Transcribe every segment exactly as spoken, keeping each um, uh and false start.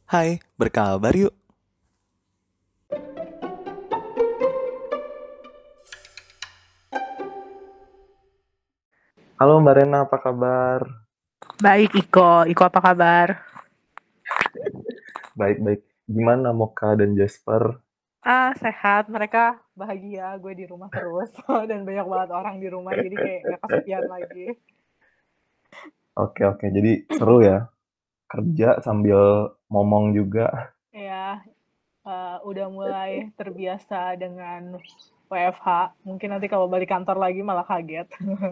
Hai, berkabar yuk. Halo Mbak Rena, apa kabar? Baik, Iko. Iko apa kabar? Baik-baik. Gimana Moka dan Jasper? Ah, sehat. Mereka bahagia. Gue di rumah terus. Dan banyak banget orang di rumah, jadi kayak nggak kesepian lagi. Oke, oke. Jadi seru ya. Kerja sambil ngomong juga. Ya, eh, udah mulai terbiasa dengan W F H. Mungkin nanti kalau balik kantor lagi malah kaget.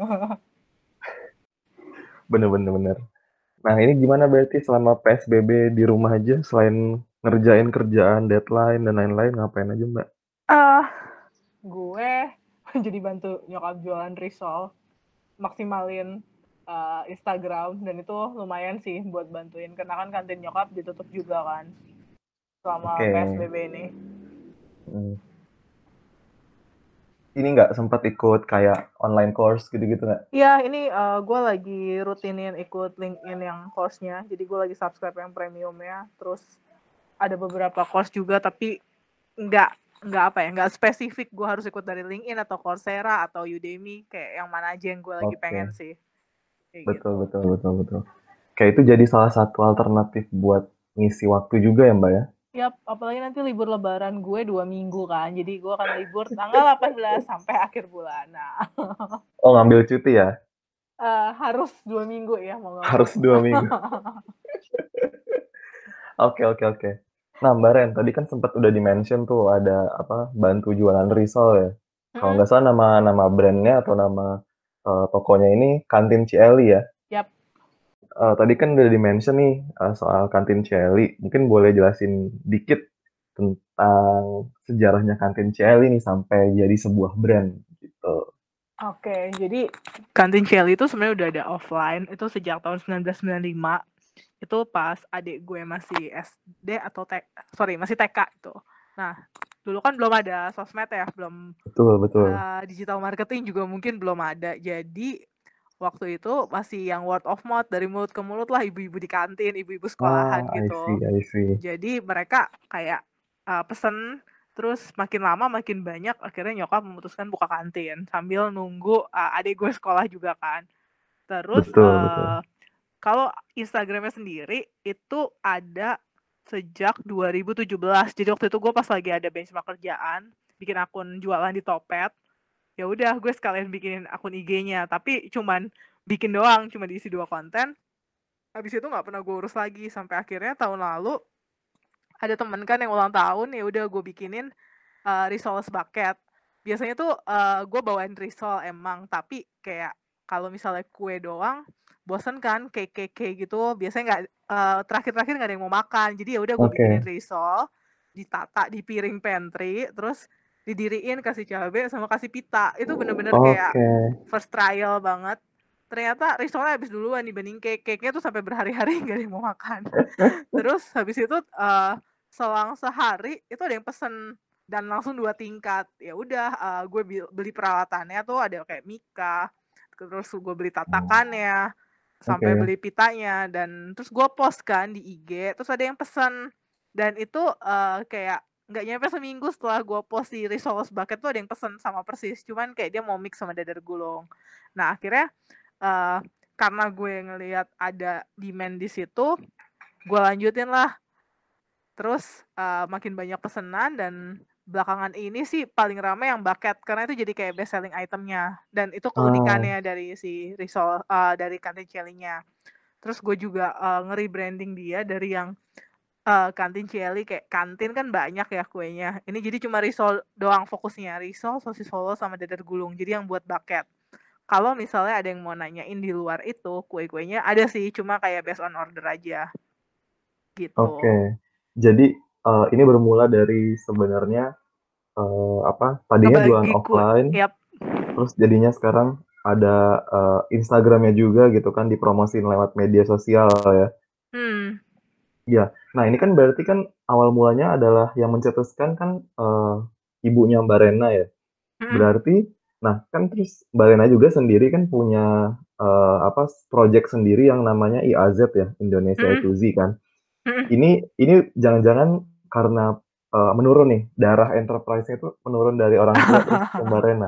Bener-bener. Bener. Nah, ini gimana berarti selama P S B B di rumah aja, selain ngerjain kerjaan, deadline, dan lain-lain, ngapain aja Mbak? Ah, gue jadi bantu nyokap jualan risol, maksimalin eh, Instagram, dan itu lumayan sih buat bantuin. Karena kan kantin nyokap ditutup juga kan selama Oke. P S B B ini. Hmm. Ini nggak sempat ikut kayak online course gitu-gitu nggak? Iya, ini uh, gue lagi rutinin ikut LinkedIn yang course-nya. Jadi gue lagi subscribe yang premiumnya. Terus ada beberapa course juga, tapi nggak nggak apa ya, nggak spesifik gue harus ikut dari LinkedIn atau Coursera atau Udemy. Kayak yang mana aja yang gue lagi pengen Oke. sih. Kayak Betul, gitu. betul, betul, betul. Kayak itu jadi salah satu alternatif buat ngisi waktu juga ya Mbak ya? Yap, apalagi nanti libur lebaran gue dua minggu kan. Jadi gue akan libur tanggal delapan belas sampai akhir bulan. Nah, Oh, ngambil cuti ya? uh, harus dua minggu ya, mau nggak mau. Harus dua minggu. Oke, oke, oke. Nah, Mbak Ren, tadi kan sempat udah di-mention tuh ada apa bantu jualan risol ya. Kalau Mm-mm. nggak salah nama nama brandnya atau nama eh, tokonya ini Kantin Cieli ya. Yap. Eh, tadi kan udah di-mention nih eh, soal Kantin Cieli. Mungkin boleh jelasin dikit tentang sejarahnya Kantin Cieli nih sampai jadi sebuah brand gitu. Oke, jadi kantin Shelly itu sebenarnya udah ada offline itu sejak tahun sembilan belas sembilan puluh lima. Itu pas adik gue masih S D atau T, sorry masih T K itu. Nah, dulu kan belum ada sosmed ya, belum Betul, betul. uh, digital marketing juga mungkin belum ada. Jadi waktu itu masih yang word of mouth, dari mulut ke mulut lah, ibu-ibu di kantin, ibu-ibu Ah, sekolahan I gitu. see, I see. Jadi mereka kayak uh, pesen, terus makin lama makin banyak, akhirnya nyokap memutuskan buka kantin sambil nunggu uh, adik gue sekolah juga kan. Terus Betul, betul. uh, kalau Instagramnya sendiri itu ada sejak dua ribu tujuh belas. Jadi waktu itu gue pas lagi ada benchmark kerjaan, bikin akun jualan di Topet. Ya udah, gue sekalian bikinin akun I G-nya, tapi cuman bikin doang, cuma diisi dua konten. Habis itu nggak pernah gue urus lagi sampai akhirnya tahun lalu ada temen kan yang ulang tahun, ya udah gue bikinin uh, risoles bucket. Biasanya tuh uh, gue bawain risol emang, tapi kayak kalau misalnya kue doang bosen kan, cake cake cake gitu biasanya nggak, uh, terakhir-terakhir nggak ada yang mau makan, jadi ya udah gue bikinin Oke, risol, ditata di piring pantry, terus didiriin, kasih cabai sama kasih pita. Itu bener-bener kayak oke. first trial banget. Ternyata risolnya habis duluan dibanding cake. Cake-nya tuh sampai berhari-hari nggak ada yang mau makan. Terus habis itu uh, selang sehari itu ada yang pesen, dan langsung dua tingkat. Ya udah, uh, gue beli peralatannya tuh ada kayak mika, terus gue beli tatakannya, sampai Oke. beli pitanya, dan terus gue post kan di I G, terus ada yang pesen. Dan itu uh, kayak nggak nyampe seminggu setelah gue post di Risoles Bucket tuh ada yang pesen sama persis, cuman kayak dia mau mix sama dadar gulung. Nah akhirnya uh, karena gue ngelihat ada demand di situ, gue lanjutin lah. Terus uh, makin banyak pesanan, dan belakangan ini sih paling ramai yang bucket karena itu jadi kayak best selling itemnya, dan itu Ah, keunikannya dari si risol, uh, dari kantin Cieli-nya. Terus gue juga uh, ngeri-branding dia dari yang uh, kantin Cieli, kayak kantin kan banyak ya kuenya. Ini jadi cuma risol doang fokusnya, risol, sosis solo sama dadar gulung. Jadi yang buat bucket. Kalau misalnya ada yang mau nanyain di luar itu, kue-kuenya ada sih, cuma kayak based on order aja oke. gitu. Jadi eh, ini bermula dari sebenarnya eh, apa? Tadinya jualan Ngebagi kue, offline, yap. terus jadinya sekarang ada eh, Instagramnya juga gitu kan dipromosin lewat media sosial ya. Hmm. Iya. Nah ini kan berarti kan awal mulanya adalah yang mencetuskan kan eh, ibunya Mbak Rena ya. Mm-mm. Berarti, nah kan terus Mbak Rena juga sendiri kan punya eh, apa project sendiri yang namanya I A Z ya, Indonesia A Mm-mm. to Z kan. Mhm. Ini ini jangan-jangan karena, eee, menurun nih, darah enterprise-nya itu menurun dari orang tua terus ke Mbak Rena?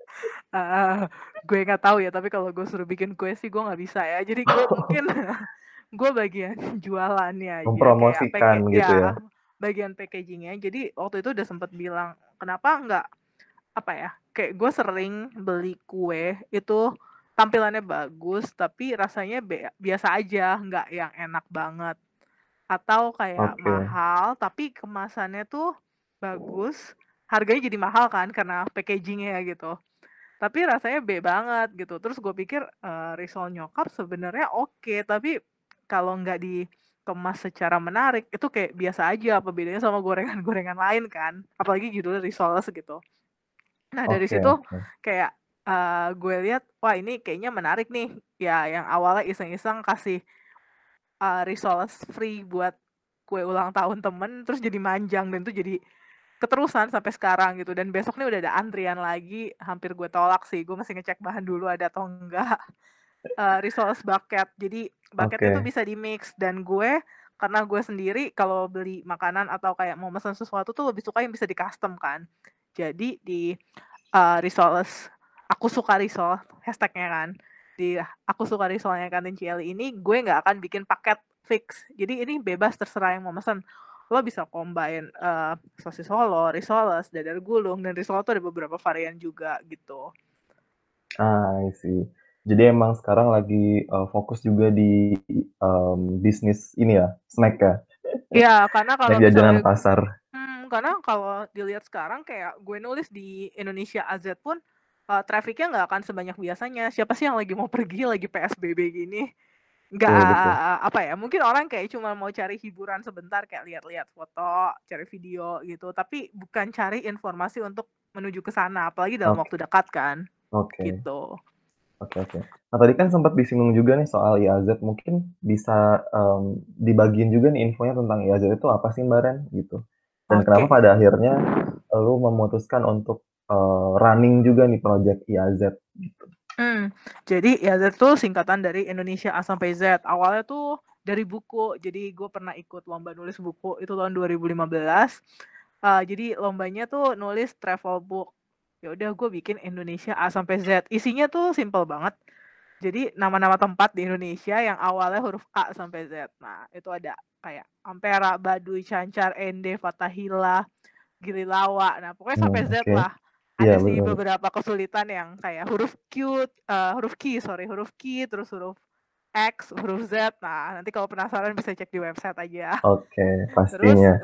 Heeh, gue nggak tahu ya, tapi kalau gue suruh bikin kue sih gue nggak bisa ya. Jadi gue mungkin gue bagian jualannya aja, kayak Mempromosikan pake gitu ya, ya? bagian packaging-nya. Jadi waktu itu udah sempet bilang, kenapa nggak, apa ya, kayak gue sering beli kue itu tampilannya bagus, tapi rasanya be biasa aja, nggak yang enak banget. Atau kayak Oke. mahal, tapi kemasannya tuh bagus, harganya jadi mahal kan karena packaging-nya gitu. Tapi rasanya B banget gitu. Terus gue pikir, eee, risol nyokap sebenarnya oke, tapi kalau nggak dikemas secara menarik, itu kayak biasa aja, apa bedanya sama gorengan-gorengan lain kan, apalagi judulnya risoles gitu. Nah dari Oke situ oke. kayak, eee, gue lihat, wah ini kayaknya menarik nih, ya yang awalnya iseng-iseng kasih, eee, risoles free buat kue ulang tahun temen, terus jadi manjang dan itu jadi keterusan sampai sekarang gitu, dan besok nih udah ada antrian lagi, hampir gue tolak sih, gue masih ngecek bahan dulu ada atau enggak, eee, risoles bucket. Jadi bucket itu Oke. bisa di-mix dan gue karena gue sendiri kalau beli makanan atau kayak mau mesen sesuatu tuh lebih suka yang bisa di-custom kan. Jadi di, eee, risoles aku suka risol, hashtag-nya kan, di aku suka risolnya Kantin Cielly ini, gue nggak akan bikin paket fix. Jadi ini bebas terserah yang mau mesen. Lo bisa combine, eee, sosis Solo, risoles, dadar gulung, dan risol tuh ada beberapa varian juga gitu. Ah, I see. Jadi emang sekarang lagi, eee, fokus juga di, mmm, bisnis ini ya, snack ya? Iya, karena Snack kalau jajanan misalnya pasar. hmm, karena kalau dilihat sekarang kayak gue nulis di Indonesia A Z pun, eee, traffic-nya nggak akan sebanyak biasanya. Siapa sih yang lagi mau pergi lagi P S B B gini? Nggak, Betul betul. apa ya, mungkin orang kayak cuma mau cari hiburan sebentar, kayak lihat-lihat foto, cari video gitu, tapi bukan cari informasi untuk menuju ke sana, apalagi dalam Oke. waktu dekat kan, Oke. gitu. Oke oke. Nah tadi kan sempet disinggung juga nih soal I-A-Z, mungkin bisa, mmm, dibagiin juga nih infonya tentang I-A-Z itu apa sih Mbak Ren, gitu? Dan kenapa Oke. pada akhirnya, lu memutuskan untuk, eee, running juga nih project I-A-Z gitu? Mmm, jadi I-A-Z tuh singkatan dari Indonesia A sampai Z. Awalnya tuh dari buku, jadi gue pernah ikut lomba nulis buku itu tahun dua ribu lima belas, eee, jadi lombanya tuh nulis travel book. Ya udah gue bikin Indonesia A sampai Z, isinya tuh simpel banget. Jadi nama-nama tempat di Indonesia yang awalnya huruf A sampai Z. Nah itu ada kayak Ampera, Baduy, Cancar, Ende, Fathahillah, Gili Lawa, nah pokoknya Mmm, sampai Z oke. lah. Iya Ada sih bener. beberapa kesulitan yang kayak huruf Q, eee, huruf Q sorry, huruf Q, terus huruf X, huruf Z. Nah nanti kalau penasaran bisa cek di website aja. Oke, Terus pastinya.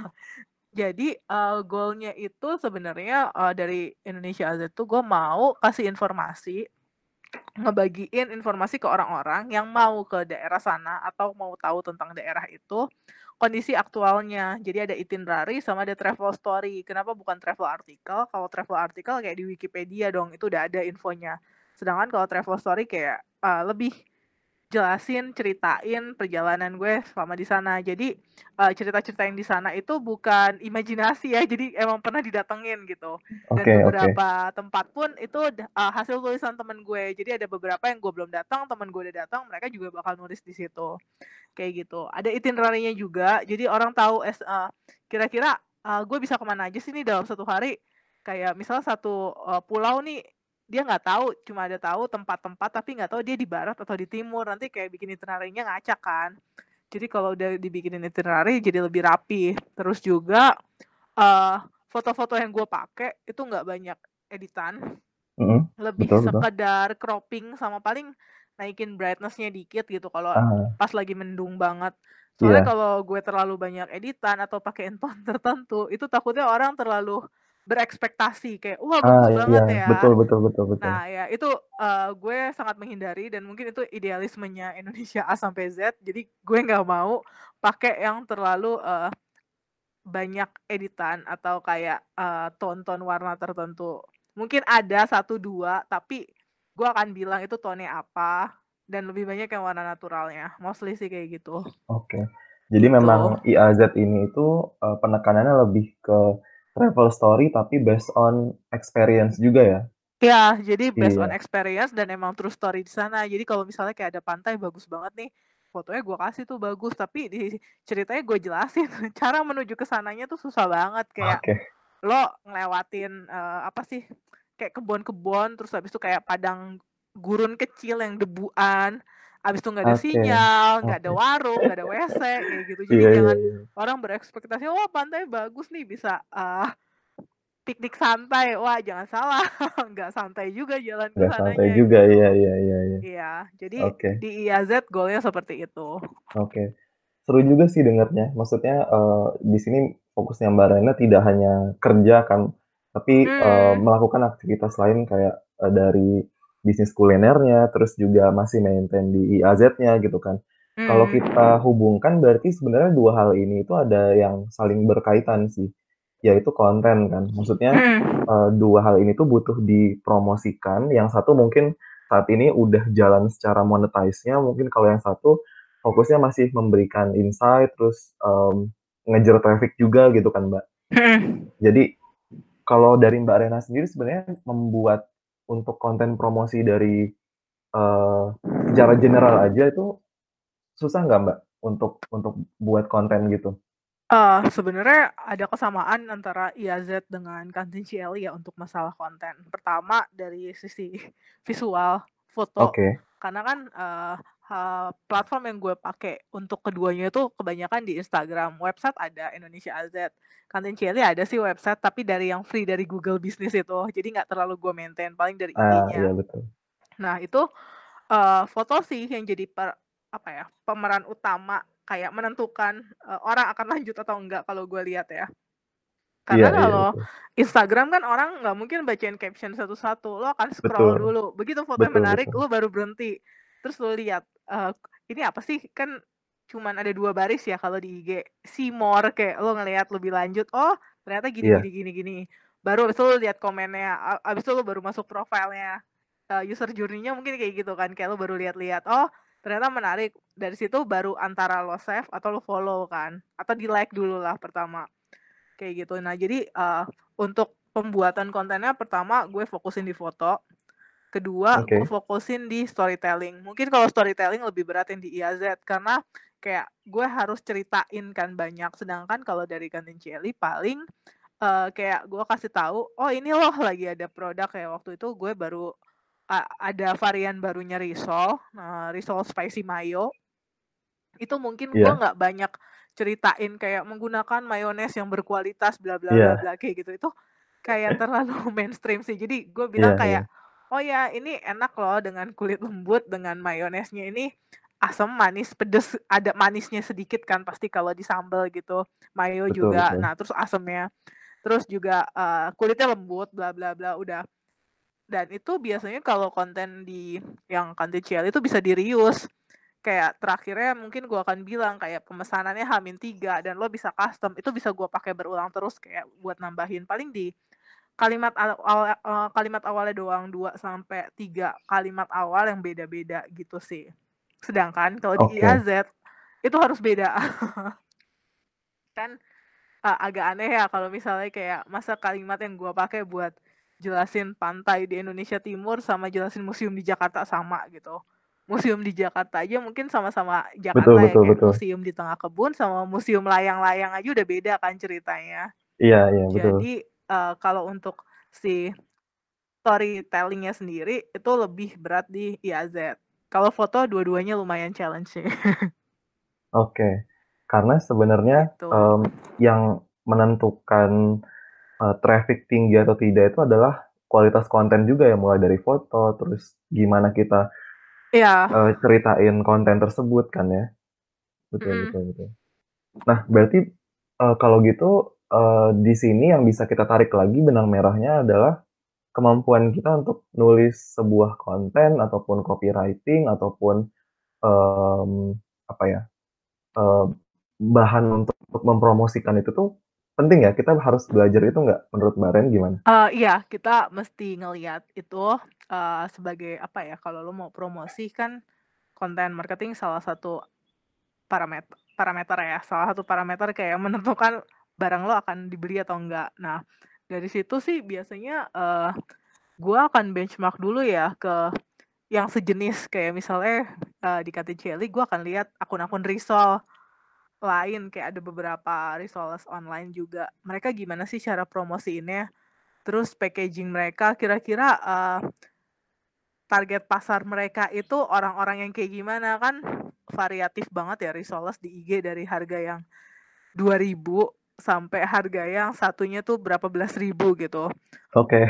jadi, eee, goal-nya itu sebenarnya, eee, dari Indonesia A Z tuh gue mau kasih informasi, ngebagiin informasi ke orang-orang yang mau ke daerah sana atau mau tahu tentang daerah itu, kondisi aktualnya. Jadi ada itinerary sama ada travel story. Kenapa bukan travel artikel? Kalau travel artikel kayak di Wikipedia dong, itu udah ada infonya. Sedangkan kalau travel story kayak, eee, lebih jelasin, ceritain perjalanan gue selama di sana. Jadi, eee, cerita-cerita yang di sana itu bukan imajinasi ya, jadi emang pernah didatengin gitu. Dan Oke oke. beberapa tempat pun itu da eee, hasil tulisan temen gue. Jadi ada beberapa yang gue belum datang, temen gue udah datang, mereka juga bakal nulis di situ, kayak gitu. Ada itinerary-nya juga, jadi orang tahu es eee, kira-kira, eee, gue bisa ke mana aja sih nih dalam satu hari. Kayak misal satu, eee, pulau nih, dia nggak tahu, cuma ada tahu tempat-tempat, tapi nggak tahu dia di barat atau di timur, nanti kayak bikin itinerary-nya ngacak kan. Jadi kalau udah dibikinin itinerary jadi lebih rapi. Terus juga, eee, foto-foto yang gue pakai itu nggak banyak editan, Mhm, lebih betul betul. sekedar cropping sama paling naikin brightness-nya dikit gitu kalau Ah. pas lagi mendung banget. Soalnya Iya. kalau gue terlalu banyak editan atau pakein tone tertentu, itu takutnya orang terlalu berekspektasi kayak, "Wah Ah, bagus iya, banget betul ya." betul betul betul. Nah ya itu, eee, gue sangat menghindari dan mungkin itu idealismenya Indonesia A sampai Z, jadi gue nggak mau pakai yang terlalu, eee, banyak editan atau kayak, eee, tone-tone warna tertentu. Mungkin ada satu, dua, tapi gue akan bilang itu tone-nya apa, dan lebih banyak yang warna naturalnya, mostly sih kayak gitu. Oke. Jadi Gitu. memang I-A-Z ini itu, eee, penekanannya lebih ke travel story tapi based on experience juga ya? Iya, jadi based on Iya. experience dan emang true story di sana. Jadi kalau misalnya kayak ada pantai bagus banget nih, fotonya gue kasih tuh bagus, tapi di ceritanya gue jelasin cara menuju ke sananya tuh susah banget, kayak Oke. lo ngelewatin, eee, apa sih, kayak kebon-kebon, terus habis itu kayak padang gurun kecil yang debuan, habis itu nggak ada Oke sinyal, nggak ada oke. warung, nggak ada W C, kayak gitu. Jadi Iya iya jangan iya. orang berekspektasi, "Wah, pantai bagus nih, bisa, eee, piknik santai." Wah, jangan salah, nggak santai juga jalan ke Nggak santai sananya, juga, iya gitu. iya iya iya. Iya, jadi Oke. di I A Z goal-nya seperti itu. Oke. Seru juga sih dengernya, maksudnya, eee, di sini fokusnya Mbak Rena tidak hanya kerja kan, tapi, eee, Mmm. melakukan aktivitas lain kayak, eee, dari bisnis kulinernya, terus juga masih maintain di I A Z-nya gitu kan. Kalau kita Mmm. hubungkan berarti sebenarnya dua hal ini itu ada yang saling berkaitan sih, yaitu konten kan. Maksudnya, Mhm. eee, dua hal ini tuh butuh dipromosikan, yang satu mungkin saat ini udah jalan secara monetize-nya, mungkin kalau yang satu fokusnya masih memberikan insight, terus, mmm, ngejar traffic juga gitu kan, Mbak. Mhm. Jadi, kalau dari Mbak Rena sendiri sebenarnya membuat untuk konten promosi dari, eee, secara general aja itu susah nggak, Mbak, untuk untuk buat konten gitu? Eee, sebenarnya ada kesamaan antara I A Z dengan Kantin Cieli ya untuk masalah konten. Pertama dari sisi visual, foto, Oke. karena kan, eee eee, platform yang gue pakai untuk keduanya itu kebanyakan di Instagram, website ada Indonesia A Z, Kantin Cieli ada sih website tapi dari yang free dari Google Business itu, jadi nggak terlalu gue maintain, paling dari Ah, iya I G-nya. betul. Nah itu, eee, foto sih yang jadi per apa ya, pemeran utama kayak menentukan, eee, orang akan lanjut atau enggak kalau gue lihat ya. Iya Karena iya kalau betul. Instagram kan orang nggak mungkin bacain caption satu-satu, lo akan scroll Betul. dulu, begitu fotonya Betul menarik betul. lo baru berhenti, terus lo lihat, eee, ini apa sih, kan cuman ada dua baris ya kalau di I G, see more, kayak lo ngelihat lebih lanjut, oh ternyata gini Iya. gini gini gini, baru habis itu lo lihat komennya, a habis itu lo baru masuk profile-nya, eee, user journey-nya mungkin kayak gitu kan, kayak lo baru lihat-lihat, oh ternyata menarik, dari situ baru antara lo save atau lo follow kan, atau di-like dulu lah pertama, kayak gitu. Nah jadi, eee, untuk pembuatan kontennya pertama gue fokusin di foto, kedua gue Oke. fokusin di storytelling. Mungkin kalau storytelling lebih berat yang di I A Z, karena kayak gue harus ceritain kan banyak, sedangkan kalau dari Kantin Cieli paling, eee, kayak gue kasih tahu, "Oh ini loh lagi ada produk," kayak waktu itu gue baru a ada varian barunya risol, eee, risol spicy mayo. Itu mungkin gue Iya. nggak banyak ceritain kayak menggunakan mayones yang berkualitas bla bla bla Iya. bla, kayak gitu, itu kayak terlalu mainstream sih. Jadi gue bilang Iya kayak, iya. "Oh ya ini enak loh dengan kulit lembut, dengan mayonesnya ini asem, manis, pedes, ada manisnya sedikit kan pasti kalau di sambal gitu, mayo Betul juga, betul. nah terus asemnya, terus juga, eee, kulitnya lembut bla bla bla," udah. Dan itu biasanya kalau konten di yang Kantin Cieli itu bisa di-reuse, kayak terakhirnya mungkin gue akan bilang kayak pemesanannya H min tiga dan lo bisa custom, itu bisa gue pakai berulang terus kayak buat nambahin, paling di kalimat aw awal eee, kalimat awalnya doang, dua sampai tiga kalimat awal yang beda-beda gitu sih. Sedangkan kalau di I A Oke. Z itu harus beda. Kan, eee, agak aneh ya kalau misalnya kayak masa kalimat yang gue pakai buat jelasin pantai di Indonesia Timur sama jelasin museum di Jakarta sama gitu. Museum di Jakarta aja mungkin sama-sama Betul Jakarta ya, betul kayak betul. museum di tengah kebun sama museum layang-layang aja udah beda kan ceritanya. Iya iya betul. Jadi, eee, kalau untuk si storytelling-nya sendiri itu lebih berat di I A Z. Kalau foto dua-duanya lumayan challenge sih. Oke. Karena sebenarnya, Gitu. mmm, yang menentukan, eee, traffic tinggi atau tidak itu adalah kualitas konten juga ya, mulai dari foto, terus gimana kita, Iya. eee, ceritain konten tersebut kan ya. Betul Mhm. betul betul. Nah berarti, eee, kalau gitu, eee, di sini yang bisa kita tarik lagi benang merahnya adalah kemampuan kita untuk nulis sebuah konten ataupun copywriting ataupun, mmm, apa ya, eee, bahan untuk mempromosikan itu tuh penting ya, kita harus belajar itu nggak menurut Mbak Ren gimana? Eee, iya, kita mesti ngelihat itu, eee, sebagai apa ya, kalau lo mau promosi kan konten marketing salah satu paramet parameter ya, salah satu parameter kayak menentukan barang lo akan dibeli atau enggak. Nah, dari situ sih biasanya, eee, gue akan benchmark dulu ya ke yang sejenis kayak misalnya uh, di Kantin Cieli gue akan lihat akun-akun risol lain, kayak ada beberapa resoles online juga. Mereka gimana sih cara promosiinnya? Terus packaging mereka kira-kira uh, target pasar mereka itu orang-orang yang kayak gimana, kan variatif banget ya risoles di I G, dari harga yang dua ribu sampai harga yang satunya tuh berapa belas ribu gitu. Oke.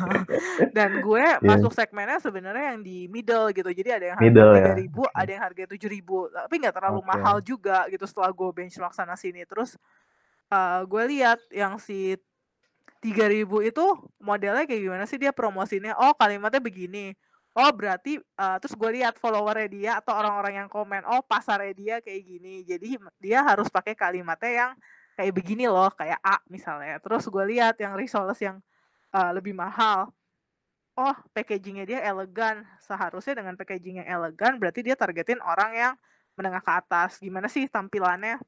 Dan gue Iya. masuk segmennya sebenarnya yang di middle gitu. Jadi ada yang harga Middle tiga ya. ribu, Oke. ada yang harga tujuh ribu. Tapi nggak terlalu Oke. mahal juga gitu setelah gue benchmark sana sini. Terus uh, gue lihat yang si tiga ribu itu modelnya kayak gimana sih dia promosinya. Oh, kalimatnya begini. Oh, berarti uh, terus gue lihat followernya dia atau orang-orang yang komen, oh pasarnya dia kayak gini. Jadi dia harus pakai kalimatnya yang kayak begini loh, kayak A misalnya. Terus gue lihat yang resoles yang uh, lebih mahal. Oh, packagingnya dia elegan. Seharusnya dengan packaging yang elegan, berarti dia targetin orang yang menengah ke atas. Gimana sih tampilannya?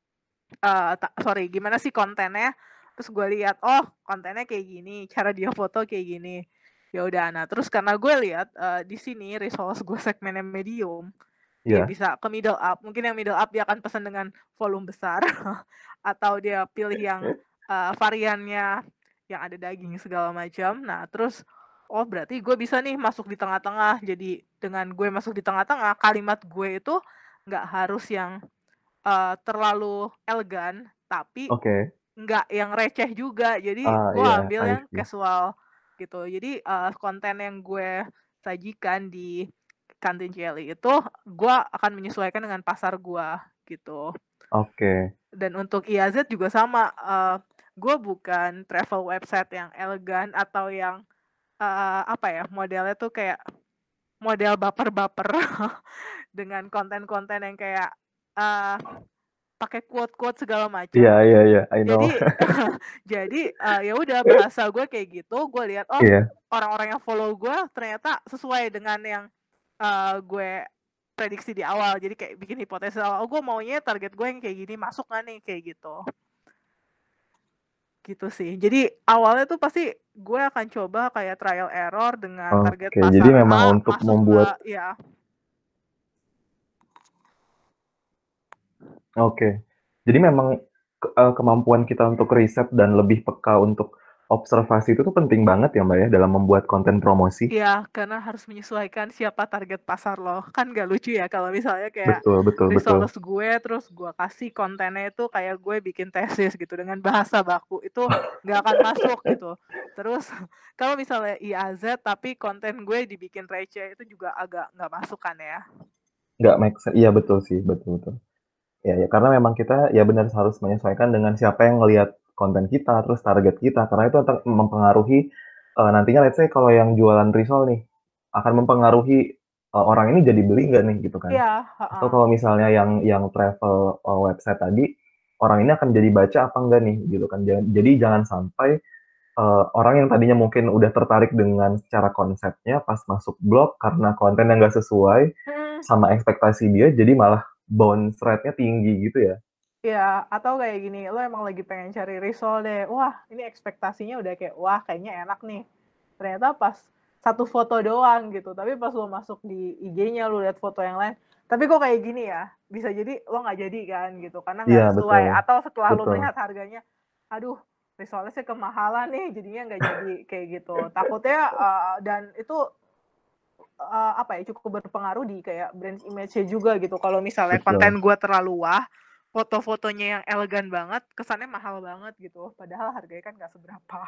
Uh, ta- sorry, gimana sih kontennya? Terus gue lihat, oh kontennya kayak gini, cara dia foto kayak gini. Ya udah, nah terus karena gue lihat uh, di sini resource gue segmennya medium, dia Iya. bisa ke middle up. Mungkin yang middle up dia akan pesan dengan volume besar, atau dia pilih yang uh, variannya yang ada daging segala macam. Nah terus, oh berarti gue bisa nih masuk di tengah-tengah. Jadi dengan gue masuk di tengah-tengah, kalimat gue itu nggak harus yang uh, terlalu elegan, tapi Oke. nggak yang receh juga. Jadi Ah, gue iya, ambil I yang see. casual gitu. Jadi uh, konten yang gue sajikan di Kantin Cieli itu gue akan menyesuaikan dengan pasar gue gitu. Oke. Dan untuk I A Z juga sama. Uh, gue bukan travel website yang elegan atau yang uh, apa ya, modelnya tuh kayak model baper-baper dengan konten-konten yang kayak uh, pakai quote-quote segala Iya, macam. iya, iya, I know. Jadi jadi uh, ya udah, bahasa gue kayak gitu. Gue lihat, oh Iya. orang-orang yang follow gue ternyata sesuai dengan yang uh, gue prediksi di awal. Jadi kayak bikin hipotesis awal, oh gue maunya target gue yang kayak gini, masuk gak nih kayak gitu. Gitu sih. Jadi awalnya tuh pasti gue akan coba kayak trial error dengan target Oke, jadi pasar memang A, untuk masuk membuat nggak ya. Oke. Jadi memang ke eee, kemampuan kita untuk riset dan lebih peka untuk observasi itu tuh penting banget ya, Mbak, ya, dalam membuat konten promosi? Iya, karena harus menyesuaikan siapa target pasar lo. Kan gak lucu ya kalau misalnya kayak Betul, betul, betul. resource gue, terus gue kasih kontennya itu kayak gue bikin tesis gitu dengan bahasa baku, itu gak akan masuk gitu. Terus kalau misalnya I A Z tapi konten gue dibikin receh, itu juga agak gak masuk kan ya. Nggak make sense, iya betul sih, betul, betul. Ya, ya, karena memang kita ya benar harus menyesuaikan dengan siapa yang ngelihat konten kita, terus target kita, karena itu akan mempengaruhi, eee, nantinya let's say kalau yang jualan risol nih, akan mempengaruhi, eee, orang ini jadi beli nggak nih, gitu kan. Iya, Atau heeh. kalau misalnya yang yang travel, eee, website tadi, orang ini akan jadi baca apa enggak nih, gitu kan. Ja jadi jangan sampai, eee, orang yang tadinya mungkin udah tertarik dengan secara konsepnya, pas masuk blog karena konten yang nggak sesuai Hmm. sama ekspektasi dia, jadi malah bounce rate-nya tinggi gitu ya. Iya, atau kayak gini, lo emang lagi pengen cari risol deh. Wah, ini ekspektasinya udah kayak, wah kayaknya enak nih. Ternyata pas satu foto doang gitu. Tapi pas lo masuk di I G-nya, lo lihat foto yang lain. Tapi kok kayak gini ya? Bisa jadi lo nggak jadi kan gitu. Karena Iya, nggak sesuai. betul. Atau setelah lo Betul. melihat harganya, aduh risolnya sih kemahalan nih. Jadinya nggak jadi kayak gitu. Takutnya, uh, dan itu uh, apa ya, cukup berpengaruh di kayak brand image-nya juga gitu. Kalau misalnya Betul. konten gue terlalu wah, foto-fotonya yang elegan banget, kesannya mahal banget gitu. Padahal harganya kan nggak seberapa.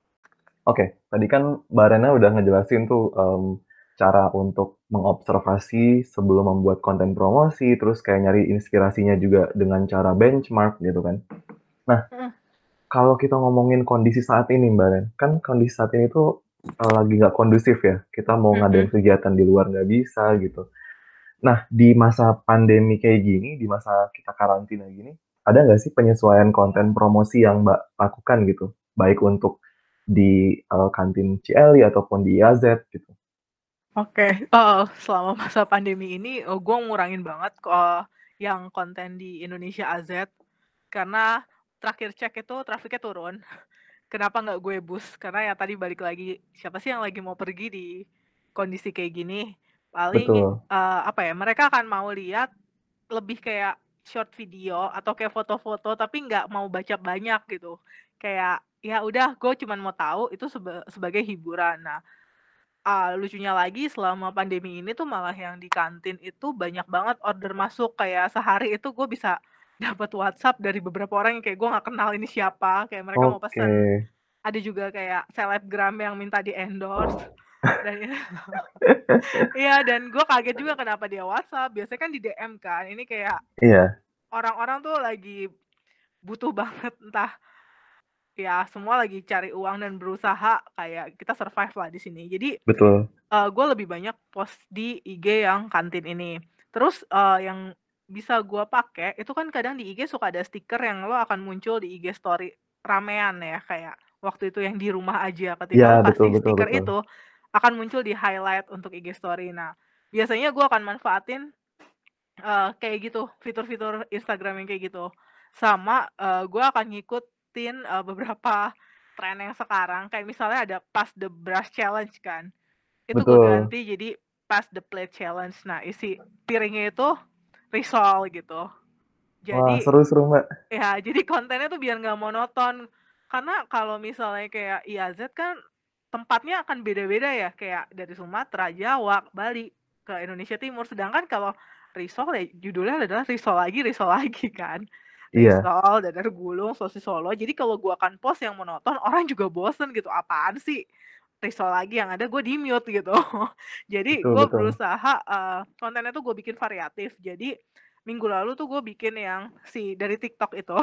Oke, tadi kan Mbak Rena udah ngejelasin tuh, mmm, cara untuk mengobservasi sebelum membuat konten promosi, terus kayak nyari inspirasinya juga dengan cara benchmark gitu kan. Nah, Hmm. kalau kita ngomongin kondisi saat ini Mbak Ren, kan kondisi saat ini tuh, eee, lagi nggak kondusif ya, kita mau ngadain Mm-hmm. kegiatan di luar nggak bisa gitu. Nah, di masa pandemi kayak gini, di masa kita karantina gini, ada nggak sih penyesuaian konten promosi yang Mbak lakukan gitu? Baik untuk di, eee, Kantin Cieli ataupun di I A Z gitu? Oke, oh, selama masa pandemi ini, oh, gue ngurangin banget uh, yang konten di Indonesia A Z. Karena terakhir cek itu trafiknya turun. Kenapa nggak gue boost? Karena ya tadi balik lagi, siapa sih yang lagi mau pergi di kondisi kayak gini? paling, Betul. eee, apa ya, mereka akan mau lihat lebih kayak short video atau kayak foto-foto tapi nggak mau baca banyak gitu. Kayak, ya udah gue cuman mau tahu itu sebe sebagai hiburan. Nah, eee, lucunya lagi selama pandemi ini tuh malah yang di kantin itu banyak banget order masuk, kayak sehari itu gue bisa dapat WhatsApp dari beberapa orang yang kayak gue nggak kenal ini siapa, kayak mereka mau Oke. pesen. Ada juga kayak selebgram yang minta di-endorse dan ya iya, dan gue kaget juga kenapa dia WhatsApp, biasanya kan di D M kan, ini kayak Iya, orang-orang tuh lagi butuh banget, entah ya semua lagi cari uang dan berusaha kayak kita survive lah di sini. Jadi, betul. eee, gue lebih banyak post di I G yang kantin ini. Terus, eee, yang bisa gue pakai itu kan kadang di I G suka ada stiker yang lo akan muncul di I G story ramean ya, kayak waktu itu yang di rumah aja, Iya, ketika lo betul kasih betul stiker betul. itu, akan muncul di highlight untuk I G story. Nah, biasanya gue akan manfaatin, eee, kayak gitu, fitur-fitur Instagram yang kayak gitu. Sama, eee, gue akan ngikutin, eee, beberapa tren yang sekarang, kayak misalnya ada Pass the Brush Challenge kan, itu gue Betul. ganti jadi Pass the Plate Challenge. Nah, isi piringnya itu risol gitu. Wah, Jadi seru seru, Mbak. ya, jadi kontennya tuh biar nggak monoton. Karena kalau misalnya kayak I A Z kan tempatnya akan beda-beda ya, kayak dari Sumatera, Jawa, Bali, ke Indonesia Timur. Sedangkan kalau risol ya judulnya adalah risol lagi, risol lagi kan. Iya, Risol, dadar gulung, sosis Solo. Jadi kalau gua akan post yang monoton, orang juga bosen gitu. Apaan sih risol lagi, yang ada gue di-mute gitu. Jadi betul gue betul. berusaha, eee, kontennya tuh gue bikin variatif. Jadi minggu lalu tuh gue bikin yang si dari TikTok itu,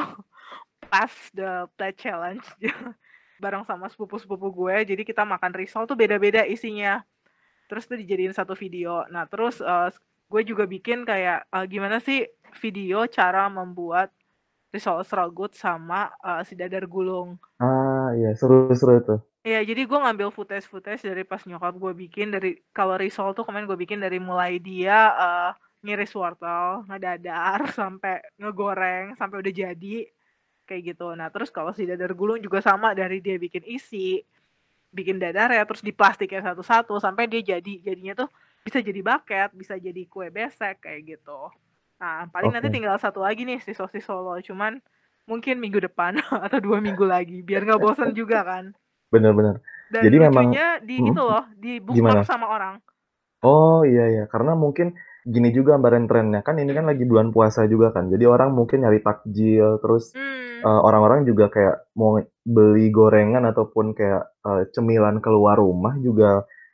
Pass the Plate Challenge bareng sama sepupu-sepupu gue. Jadi kita makan risol tuh beda-beda isinya. Terus tuh dijadiin satu video. Nah terus, eee, gue juga bikin kayak, eee, gimana sih video cara membuat risol serabut sama, eee, si dadar gulung. Ah, iya, seru seru itu. Iya, jadi gue ngambil footage-footage dari pas nyokap gue bikin, dari kalau risol tuh kemarin gue bikin dari mulai dia, eee, ngiris wortel, ngedadar, sampai ngegoreng, sampai udah jadi, kayak gitu. Nah, terus kalau si dadar gulung juga sama, dari dia bikin isi, bikin dadarnya, terus diplastikin satu-satu, sampai dia jadi. Jadinya tuh bisa jadi bucket, bisa jadi kue besek, kayak gitu. Nah, paling nanti Oke, tinggal satu lagi nih, si sosis Solo, cuman mungkin minggu depan atau dua minggu lagi, biar nggak bosen juga kan. bener bener. Dan Jadi memang lucunya di mhm, itu loh, di-bookmark gimana? sama orang. Oh, iya iya, karena mungkin gini juga Mbak ren trennya, kan ini kan lagi bulan puasa juga kan, jadi orang mungkin nyari takjil, terus, Mmm, eee, orang-orang juga kayak mau beli gorengan ataupun kayak, eee, cemilan keluar rumah juga,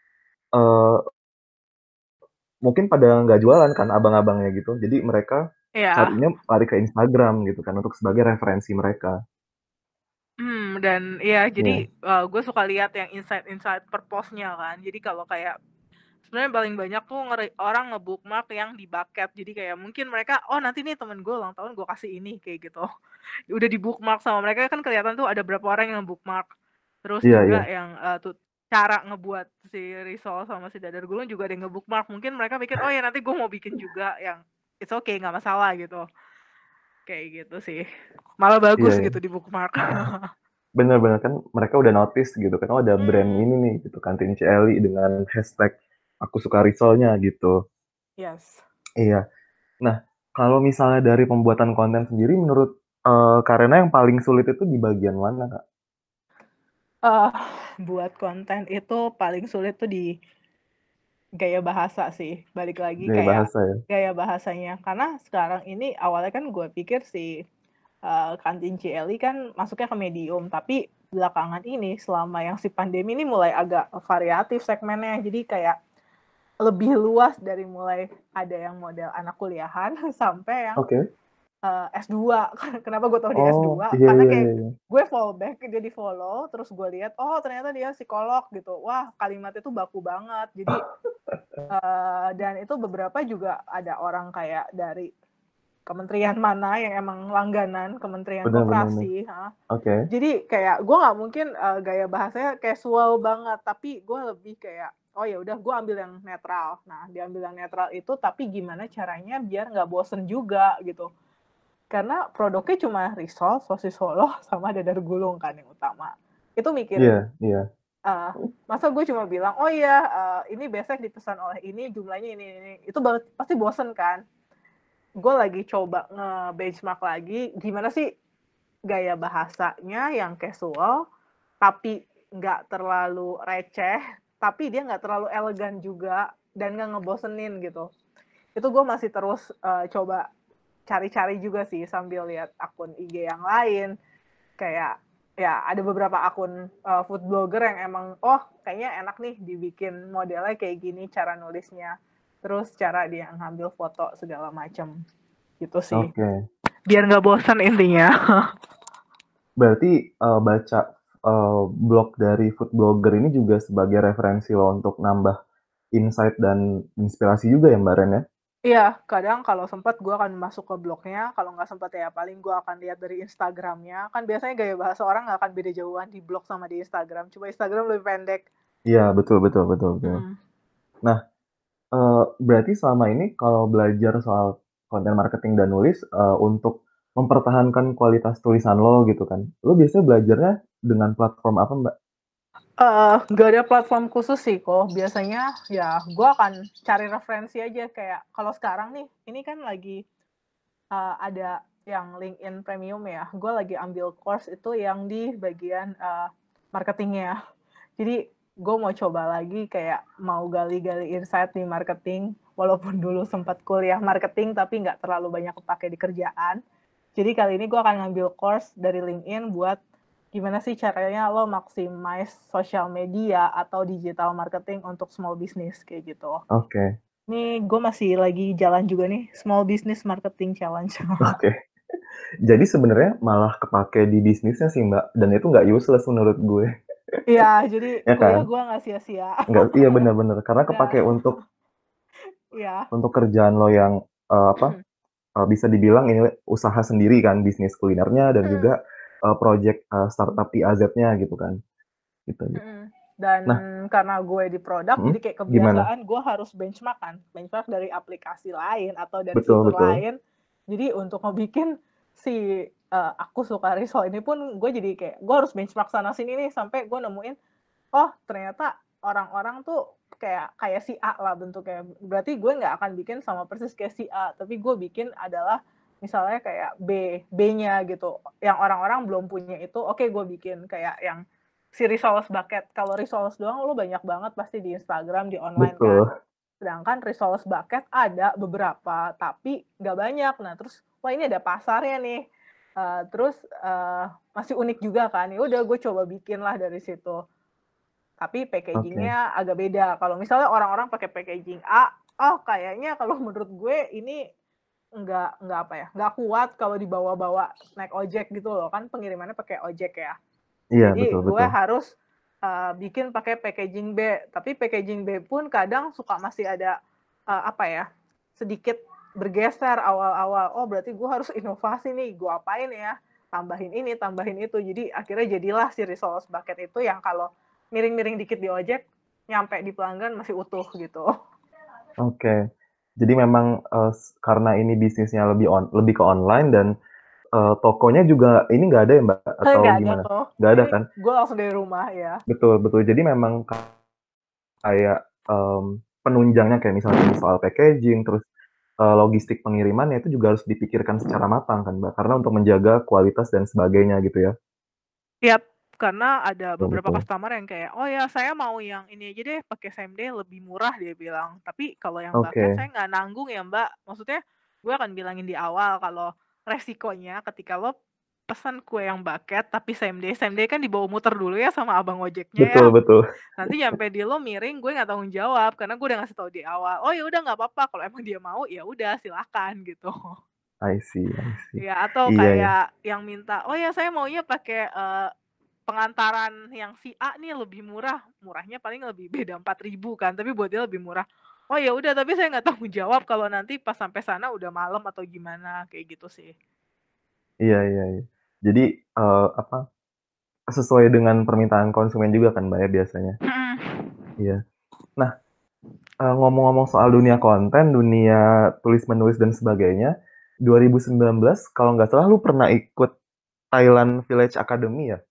eee, mungkin pada nggak jualan kan abang-abangnya gitu. Jadi mereka iya, carinya lari ke Instagram gitu kan untuk sebagai referensi mereka. mmm, dan iya jadi, Iya. eee, gue suka lihat yang insight-insight per post-nya kan. Jadi kalau kayak sebenarnya paling banyak tuh ngeri orang nge-bookmark yang di bucket. Jadi kayak mungkin mereka, "Oh nanti nih temen gue ulang tahun gue kasih ini," kayak gitu. Udah di-bookmark sama mereka kan kelihatan tuh ada berapa orang yang bookmark. Terus Iya juga iya. yang, eee, tut cara ngebuat si risol sama si dadar gulung juga ada yang nge-bookmark. Mungkin mereka pikir, "Oh ya nanti gue mau bikin juga yang it's okay, nggak masalah," gitu. Kayak gitu sih. Malah Iya bagus iya. gitu di bookmark. Bener bener, kan mereka udah notice gitu kan, oh ada brand Mmm, ini nih gitu, Kantin Cieli dengan hashtag "Aku suka risolnya" gitu. yes. Iya. Nah, kalau misalnya dari pembuatan konten sendiri menurut, eee, Karena yang paling sulit itu di bagian mana, Kak? Eh, buat konten itu paling sulit tuh di gaya bahasa sih, balik lagi Gaya kayak bahasa ya? gaya bahasanya. Karena sekarang ini awalnya kan gue pikir si, eee, Kantin Cieli kan masuknya ke medium, tapi belakangan ini selama yang si pandemi ini mulai agak variatif segmennya. Jadi kayak lebih luas, dari mulai ada yang model anak kuliahan sampai yang Oke. Eee, S dua. Kenapa gue tahu dia Oh, S dua, iya karena iya kayak iya iya. gue follow back, dia di-follow, terus gue lihat, oh ternyata dia psikolog gitu. Wah, kalimatnya tuh baku banget. Jadi, eee, dan itu beberapa juga ada orang kayak dari kementerian mana yang emang langganan, Kementerian Bener bener bener. Koperasi, heeh. Oke. Jadi kayak gue nggak mungkin, eee, gaya bahasanya casual banget, tapi gue lebih kayak, oh ya udah gue ambil yang netral. Nah, diambil yang netral itu, tapi gimana caranya biar nggak bosen juga gitu. Karena produknya cuma risol, sosis Solo, sama dadar gulung kan yang utama. Itu mikir Iya iya. Uh, masa gue cuma bilang, oh iya, uh, ini besok dipesan oleh ini, jumlahnya ini, ini. Itu banget, pasti bosen kan. Gue lagi coba nge-benchmark lagi, gimana sih gaya bahasanya yang casual, tapi nggak terlalu receh, tapi dia nggak terlalu elegan juga, dan nggak ngebosenin gitu. Itu gue masih terus uh, coba cari-cari juga sih, sambil lihat akun I G yang lain, kayak ya ada beberapa akun uh, food blogger yang emang oh kayaknya enak nih dibikin modelnya kayak gini cara nulisnya, terus cara dia ngambil foto segala macam gitu sih. Oke. Biar nggak bosan intinya. Berarti uh, baca uh, blog dari food blogger ini juga sebagai referensi lo untuk nambah insight dan inspirasi juga ya Mbak Ren ya? Iya, kadang kalau sempat gue akan masuk ke blognya, kalau nggak sempat ya paling gue akan lihat dari Instagramnya. Kan biasanya gaya bahasa orang nggak akan beda jauhan di blog sama di Instagram. Cuma Instagram lebih pendek. Iya, betul betul betul betul. Hmm. Nah, uh, berarti selama ini kalau belajar soal konten marketing dan nulis uh, untuk mempertahankan kualitas tulisan lo gitu kan, lo biasanya belajarnya dengan platform apa Mbak? Uh, gak ada platform khusus sih kok. Biasanya ya gue akan cari referensi aja kayak kalau sekarang nih, ini kan lagi uh, ada yang LinkedIn Premium ya. Gue lagi ambil course itu yang di bagian uh, marketingnya. Jadi gue mau coba lagi kayak mau gali-gali insight di marketing. Walaupun dulu sempat kuliah marketing tapi nggak terlalu banyak kepake di kerjaan. Jadi kali ini gue akan ngambil course dari LinkedIn buat gimana sih caranya lo maximize social media atau digital marketing untuk small business kayak gitu. Oke. Okay. Nih gue masih lagi jalan juga nih small business marketing challenge. Oke. Okay. Jadi sebenarnya malah kepake di bisnisnya sih Mbak, dan itu nggak useless menurut gue. Iya, jadi ya kuliah kan? gue nggak sia-sia. Nggak, iya benar-benar karena kepake Ya. untuk Iya. untuk kerjaan lo yang uh, apa uh, bisa dibilang ini usaha sendiri kan, bisnis kulinernya dan juga uh, project uh, startup I A Z-nya gitu kan. Gitu. Dan Nah, karena gue di produk, hmm, jadi kayak gimana? kebiasaan gue harus benchmark kan, benchmark dari aplikasi lain atau dari Betul fitur betul. lain. Jadi untuk ngebikin si uh, aku suka risol ini pun gue jadi kayak gue harus benchmark sana sini nih sampai gue nemuin oh ternyata orang-orang tuh kayak kayak si A lah bentuknya. Berarti gue nggak akan bikin sama persis kayak si A, tapi gue bikin adalah misalnya kayak B, B-nya gitu. Yang orang-orang belum punya itu, oke okay, gue bikin kayak yang si Resource Bucket. Kalau Resource doang lo banyak banget pasti di Instagram, di online kan. Betul. Sedangkan Resource Bucket ada beberapa, tapi nggak banyak. Nah terus, wah ini ada pasarnya nih. Uh, terus uh, masih unik juga kan. Ya udah gue coba bikin lah dari situ. Tapi packagingnya okay. agak beda. Kalau misalnya orang-orang pakai packaging A, oh kayaknya kalau menurut gue ini nggak nggak apa ya, nggak kuat kalau dibawa-bawa naik ojek gitu loh kan pengirimannya pakai ojek ya. Iya, Jadi betul, gue betul. harus uh, bikin pakai packaging B. Tapi packaging B pun kadang suka masih ada uh, apa ya sedikit bergeser awal-awal. Oh berarti gue harus inovasi nih. Gue apain ya? Tambahin ini, tambahin itu. Jadi akhirnya jadilah si Resource Bucket itu yang kalau miring-miring dikit di ojek, nyampe di pelanggan masih utuh gitu. Oke. Okay. Jadi memang uh, karena ini bisnisnya lebih on, lebih ke online dan uh, tokonya juga ini nggak ada ya Mbak atau Nggak gimana? ada tuh. Nggak ada Ini kan? gue langsung dari rumah ya. Betul betul. Jadi memang kayak um, penunjangnya kayak misalnya soal packaging, terus uh, logistik pengirimannya itu juga harus dipikirkan secara matang kan Mbak, karena untuk menjaga kualitas dan sebagainya gitu ya. Yap, karena ada Betul, beberapa betul. customer yang kayak, oh ya saya mau yang ini aja deh pakai same day lebih murah dia bilang. Tapi kalau yang Oke. bucket saya nggak nanggung ya Mbak. Maksudnya gue akan bilangin di awal kalau resikonya ketika lo pesan kue yang bucket tapi same day, same day kan dibawa muter dulu ya sama abang ojeknya ya. Betul, betul. Nanti nyampe di lo miring gue nggak tanggung jawab karena gue udah ngasih tahu di awal. Oh ya udah nggak apa-apa kalau emang dia mau ya udah silakan gitu. I see, I see. Ya atau Iya ya. kayak yang minta, oh ya saya maunya pakai uh, pengantaran yang si A nih lebih murah, murahnya paling lebih beda empat ribu kan, tapi buat dia lebih murah. Oh ya udah, tapi saya nggak tanggung jawab kalau nanti pas sampai sana udah malam atau gimana, kayak gitu sih. Iya, iya, iya. Jadi uh, apa? Sesuai dengan permintaan konsumen juga kan Mbak ya biasanya. Iya. Nah, uh, ngomong-ngomong soal dunia konten, dunia tulis menulis dan sebagainya, dua ribu sembilan belas kalau nggak salah lu pernah ikut Thailand Village Academy ya?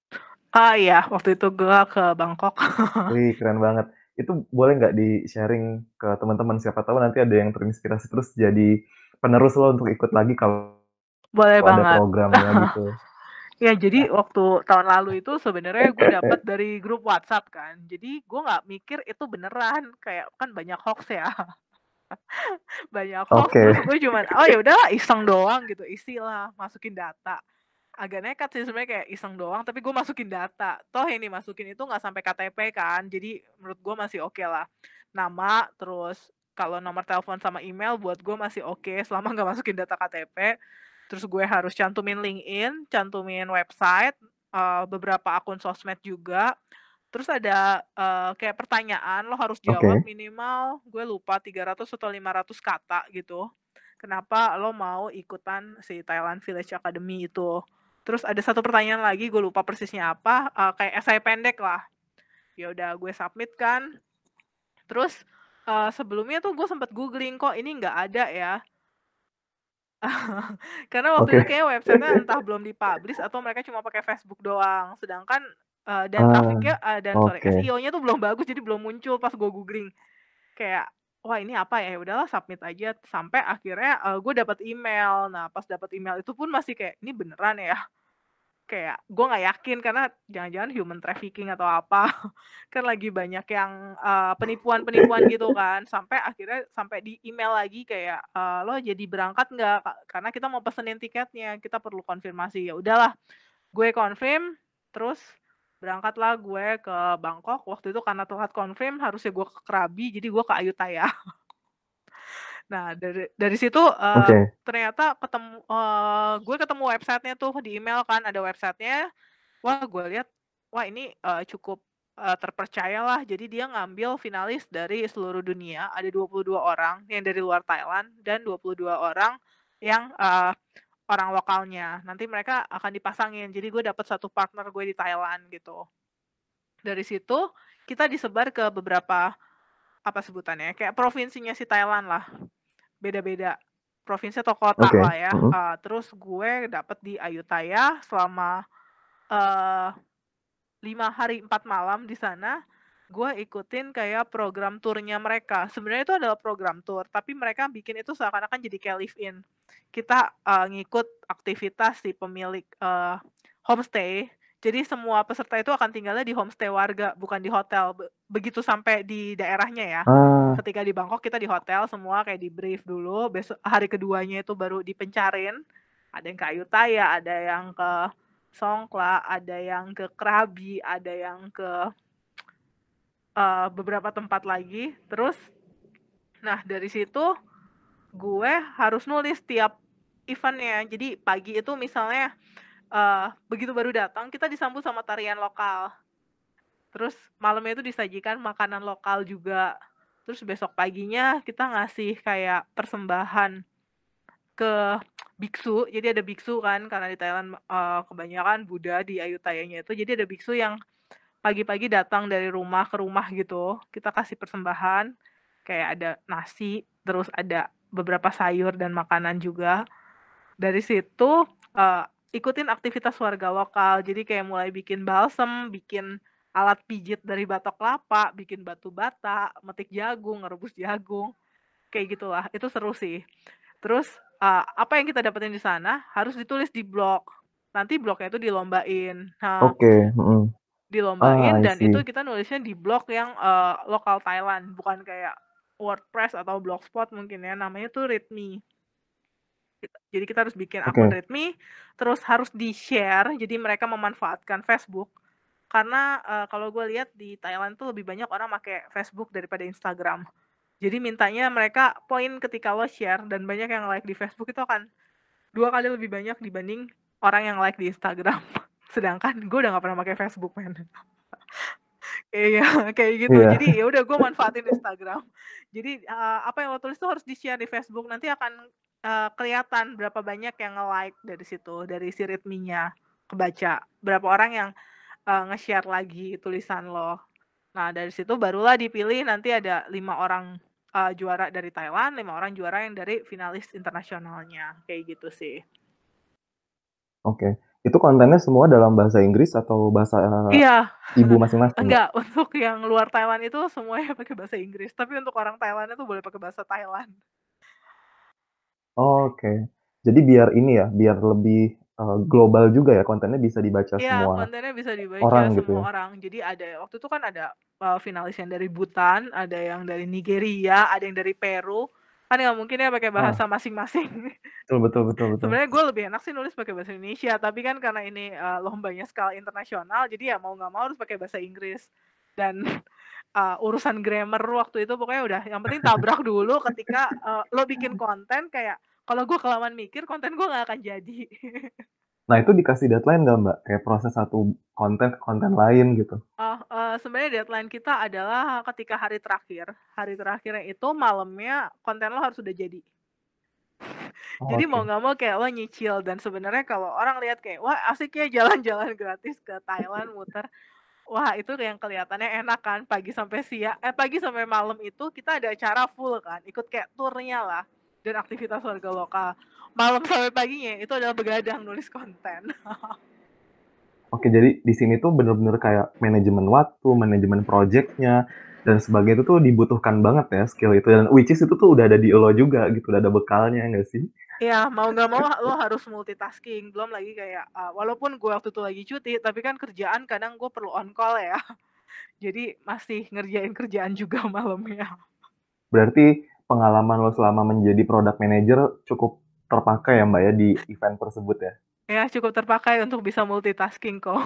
Ah, iya, waktu itu gua ke Bangkok. Wih, keren banget. Itu boleh nggak di-sharing ke teman-teman? Siapa tahu nanti ada yang terinspirasi terus jadi penerus lo untuk ikut lagi kalau Boleh ada banget. programnya gitu. Ya, jadi waktu tahun lalu itu sebenarnya gue dapet dari grup WhatsApp kan. Jadi gue nggak mikir itu beneran, kayak kan banyak hoax ya. Banyak hoax Oke. terus gue cuman, oh ya udahlah iseng doang gitu, isi lah, masukin data. Agak nekat sih sebenarnya kayak iseng doang, tapi gue masukin data. Toh yang dimasukin itu nggak sampai K T P kan, jadi menurut gue masih oke lah. Nama, terus kalau nomor telepon sama email buat gue masih oke selama nggak masukin data K T P. Terus gue harus cantumin LinkedIn, cantumin website, eh, beberapa akun sosmed juga. Terus ada eh, kayak pertanyaan lo harus jawab Oke. minimal gue lupa tiga ratus atau lima ratus kata gitu. Kenapa lo mau ikutan si Thailand Village Academy itu? Terus ada satu pertanyaan lagi, gue lupa persisnya apa, uh, kayak esai pendek lah. Ya udah gue submit kan. Terus uh, sebelumnya tuh gue sempat googling kok ini nggak ada ya. Karena waktu itu Oke. kayak websitenya entah belum dipublish atau mereka cuma pakai Facebook doang. Sedangkan uh, dan Ah, trafficnya uh, dan sorry oke. S E O-nya tuh belum bagus jadi belum muncul pas gue googling. Kayak wah ini apa ya? Ya udahlah submit aja sampai akhirnya uh, gue dapat email. Nah pas dapat email itu pun masih kayak ini beneran ya? Kayak gue nggak yakin karena jangan-jangan human trafficking atau apa. Kan lagi banyak yang uh, penipuan-penipuan gitu kan. Sampai akhirnya sampai di email lagi kayak uh, lo jadi berangkat nggak? Karena kita mau pesenin tiketnya, kita perlu konfirmasi. Ya udahlah, gue confirm, terus berangkatlah gue ke Bangkok. Waktu itu karena telat confirm, harusnya gue ke Krabi, jadi gue ke Ayutthaya. Nah, dari dari situ, eee, Oke. ternyata ketemu eee, gue ketemu websitenya tuh di email kan, ada websitenya. Wah, gue lihat, wah ini, eee, cukup, eee, terpercayalah. Jadi dia ngambil finalis dari seluruh dunia, ada dua puluh dua orang yang dari luar Thailand dan dua puluh dua orang yang, eee, orang lokalnya. Nanti mereka akan dipasangin, jadi gue dapet satu partner gue di Thailand gitu. Dari situ kita disebar ke beberapa, apa sebutannya, kayak provinsinya si Thailand lah. Beda-beda provinsi atau kota Oke. lah ya, Mhm. eee, terus gue dapet di Ayutthaya selama, eee, lima hari empat malam di sana. Gue ikutin kayak program turnya mereka. Sebenarnya itu adalah program tour, tapi mereka bikin itu seakan-akan jadi kayak live in. Kita, eee, ngikut aktivitas si pemilik, eee, homestay. Jadi semua peserta itu akan tinggalnya di homestay warga, bukan di hotel. Be begitu sampai di daerahnya ya. Ah, Ketika di Bangkok kita di hotel semua kayak di-brief dulu, besok hari keduanya itu baru dipencarin. Ada yang ke Ayutthaya, ada yang ke Songkhla, ada yang ke Krabi, ada yang ke eee, beberapa tempat lagi. Terus, nah dari situ gue harus nulis tiap event-nya. Jadi pagi itu misalnya, eee, begitu baru datang kita disambut sama tarian lokal. Terus malamnya itu disajikan makanan lokal juga. Terus besok paginya kita ngasih kayak persembahan ke biksu. Jadi ada biksu kan karena di Thailand, eee, kebanyakan Buddha di Ayutthayanya itu. Jadi ada biksu yang pagi-pagi datang dari rumah ke rumah gitu. Kita kasih persembahan, kayak ada nasi, terus ada beberapa sayur dan makanan juga. Dari situ, eee, ikutin aktivitas warga lokal. Jadi kayak mulai bikin balsem, bikin alat pijit dari batok kelapa, bikin batu bata, metik jagung, ngerebus jagung, kayak gitulah. Itu seru sih. Terus, eee, apa yang kita dapetin di sana harus ditulis di blog. Nanti blognya itu dilombain. Nah, oke. Mhm. Ah, dilombain I dan itu see. kita nulisnya di blog yang, eee, lokal Thailand, bukan kayak WordPress atau Blogspot mungkin ya, namanya tuh Readme. Jadi kita harus bikin akun Oke. Readme, terus harus di-share, jadi mereka memanfaatkan Facebook. Karena, eee, kalau gue lihat di Thailand tuh lebih banyak orang make Facebook daripada Instagram. Jadi mintanya mereka poin ketika lo share dan banyak yang like di Facebook itu akan dua kali lebih banyak dibanding orang yang like di Instagram. Sedangkan gue udah nggak pernah pakai Facebook men. Iya, kayak gitu. Iya. Jadi ya udah gue manfaatin Instagram. Jadi, eee, apa yang lo tulis tuh harus di-share di Facebook, nanti akan, eee, kelihatan berapa banyak yang nge-like dari situ, dari si readme-nya, kebaca. Berapa orang yang, eee, nge-share lagi tulisan lo. Nah, dari situ barulah dipilih nanti ada lima orang, eee, juara dari Thailand, lima orang juara yang dari finalis internasionalnya, kayak gitu sih. Oke. Itu kontennya semua dalam bahasa Inggris atau bahasa Iya, ibu masing-masing, Mbak? enggak, untuk yang luar Thailand itu semuanya pakai bahasa Inggris, tapi untuk orang Thailand itu boleh pakai bahasa Thailand. Oke. Jadi biar ini ya, biar lebih, eee, global juga ya, kontennya bisa dibaca Iya, semua kontennya bisa dibaca orang gitu ya? semua orang. Jadi ada waktu itu kan ada, eee, finalis yang dari Bhutan, ada yang dari Nigeria, ada yang dari Peru, kan nggak mungkin ya pakai Ah, bahasa masing-masing. betul betul betul betul. Sebenarnya gue lebih enak sih nulis pakai bahasa Indonesia, tapi kan karena ini, eee, lombanya skala internasional, jadi ya mau nggak mau harus pakai bahasa Inggris. Dan, eee, urusan grammar waktu itu pokoknya udah yang penting tabrak dulu ketika, eee, lo bikin konten kayak, kalau gue kelamaan mikir konten gue nggak akan jadi. Nah itu dikasih deadline nggak, Mbak? Kayak proses satu konten ke konten lain gitu? Oh, eee, sebenarnya deadline kita adalah ketika hari terakhir. Hari terakhirnya itu malamnya konten lo harus udah jadi. Jadi mau Oke. nggak mau kayak lo nyicil dan sebenarnya kalau orang lihat kayak, "Wah asik ya jalan-jalan gratis ke Thailand muter." Wah itu yang kelihatannya enak kan pagi sampai sia eh, pagi sampai malam itu kita ada acara full kan, ikut kayak turnya lah dan aktivitas warga lokal. Malam sampai paginya itu adalah begadang nulis konten. Oke, jadi di sini tuh bener-bener kayak manajemen waktu, manajemen projeknya, dan sebagainya itu tuh dibutuhkan banget ya skill itu, dan which is itu tuh udah ada di elo juga gitu, udah ada bekalnya nggak sih? Iya, mau nggak mau lo harus multitasking, belum lagi kayak, eee, walaupun gue waktu itu lagi cuti, tapi kan kerjaan kadang gue perlu on call ya. Jadi masih ngerjain kerjaan juga malamnya. Berarti pengalaman lo selama menjadi product manager cukup terpakai ya, Mbak, ya, di event tersebut ya? Ya cukup terpakai untuk bisa multitasking kok.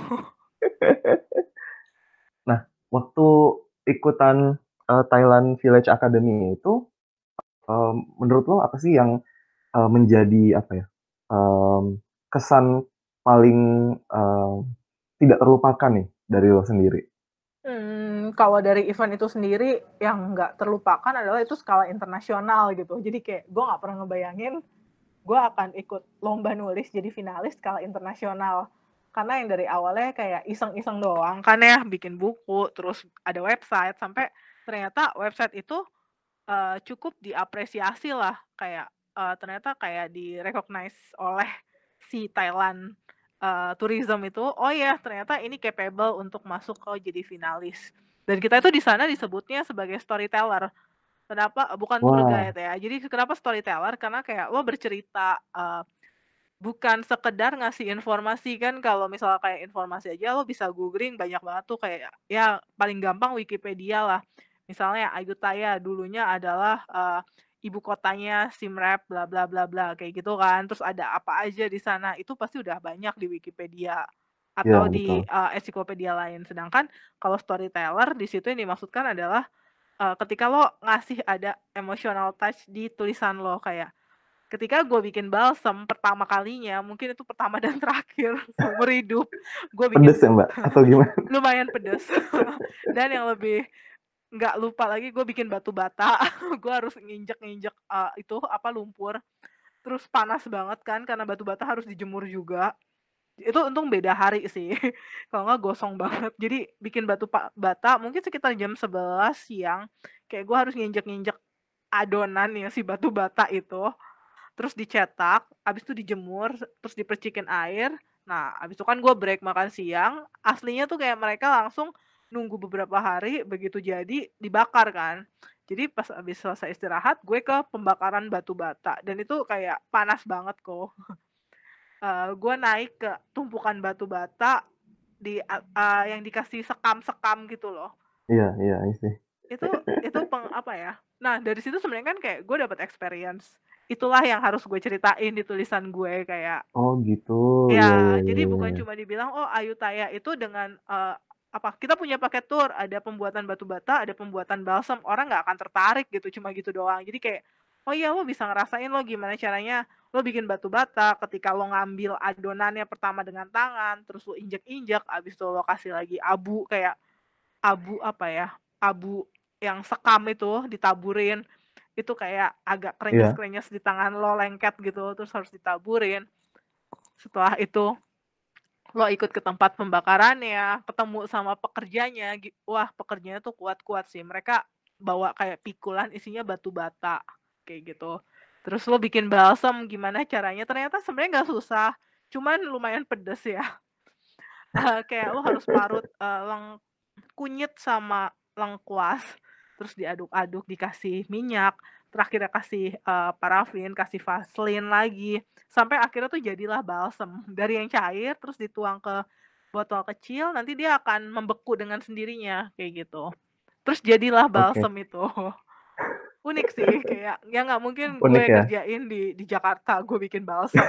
Nah, waktu ikutan, eee, Thailand Village Academy itu, mmm, menurut lo apa sih yang, eee, menjadi apa ya, mmm, kesan paling, eee, tidak terlupakan nih dari lo sendiri? Mmm, kalau dari event itu sendiri yang nggak terlupakan adalah itu skala internasional gitu. Jadi kayak gue nggak pernah ngebayangin gue akan ikut lomba nulis jadi finalis skala internasional. Karena yang dari awalnya kayak iseng-iseng doang kan ya, bikin buku, terus ada website, sampai ternyata website itu, eee, cukup diapresiasi lah, kayak, eee, ternyata kayak di-recognize oleh si Thailand, eee, tourism itu, oh ya ternyata ini capable untuk masuk ke jadi finalis. Dan kita itu di sana disebutnya sebagai storyteller. Kenapa bukan tour Wah, guide ya. Jadi kenapa storyteller, karena kayak lo bercerita, eee, bukan sekedar ngasih informasi. Kan kalau misalnya kayak informasi aja lo bisa googling banyak banget tuh kayak ya paling gampang Wikipedia lah. Misalnya Ayutthaya dulunya adalah, eee, ibu kotanya Siem Reap bla bla bla bla kayak gitu kan. Terus ada apa aja di sana, itu pasti udah banyak di Wikipedia iya atau di, betul. eee, ensiklopedia lain. Sedangkan kalau storyteller di situ yang dimaksudkan adalah Eee, ketika lo ngasih ada emotional touch di tulisan lo, kayak ketika gue bikin balsem pertama kalinya, mungkin itu pertama dan terakhir seumur hidup, gue bikin Pedes ya, Mbak? Atau gimana? lumayan pedes. Dan yang lebih nggak lupa lagi gue bikin batu bata, gue harus nginjek-nginjek, eee, itu apa, lumpur, terus panas banget kan karena batu bata harus dijemur juga. Itu untung beda hari sih, kalau nggak gosong banget. Jadi bikin batu pa bata mungkin sekitar jam sebelas siang, kayak gue harus nginjek-nginjek adonan ya si batu bata itu, terus dicetak, habis itu dijemur, terus dipercikin air. Nah, habis itu kan gue break makan siang, aslinya tuh kayak mereka langsung nunggu beberapa hari, begitu jadi dibakar kan. Jadi pas habis selesai istirahat, gue ke pembakaran batu bata dan itu kayak panas banget kok. Eee, gue naik ke tumpukan batu bata di a eee, yang dikasih sekam-sekam gitu loh. Iya iya, I see. Itu itu peng apa ya, nah dari situ sebenarnya kan kayak gue dapet experience. Itulah yang harus gue ceritain di tulisan gue kayak Oh gitu, iya iya ya, iya jadi iya bukan iya. cuma dibilang, "Oh, Ayutthaya itu dengan, eee, apa, kita punya paket tour, ada pembuatan batu bata, ada pembuatan balsam." Orang nggak akan tertarik gitu, cuma gitu doang. Jadi kayak, "Oh iya, lo bisa ngerasain lo gimana caranya lo bikin batu bata, ketika lo ngambil adonannya pertama dengan tangan, terus lo injek-injek, abis itu lo kasih lagi abu, kayak abu apa ya, abu yang sekam itu ditaburin, itu kayak agak Iya krenyes-krenyes di tangan lo, lengket gitu, terus harus ditaburin. Setelah itu lo ikut ke tempat pembakarannya, ketemu sama pekerjanya, gi wah pekerjanya tuh kuat-kuat sih. Mereka bawa kayak pikulan isinya batu bata, kayak gitu. Terus lo bikin balsam gimana caranya, ternyata sebenarnya nggak susah, cuman lumayan pedes ya. Eee, kayak lu harus parut, eee, leng kunyit sama lengkuas, terus diaduk-aduk, dikasih minyak, terakhirnya kasih, eee, parafin, kasih vaselin lagi, sampai akhirnya tuh jadilah balsem. Dari yang cair terus dituang ke botol kecil, nanti dia akan membeku dengan sendirinya, kayak gitu. Terus jadilah Oke. balsem itu. Unik sih, kayak ya nggak mungkin gue Unik ya? kerjain di di Jakarta, gue bikin balsem.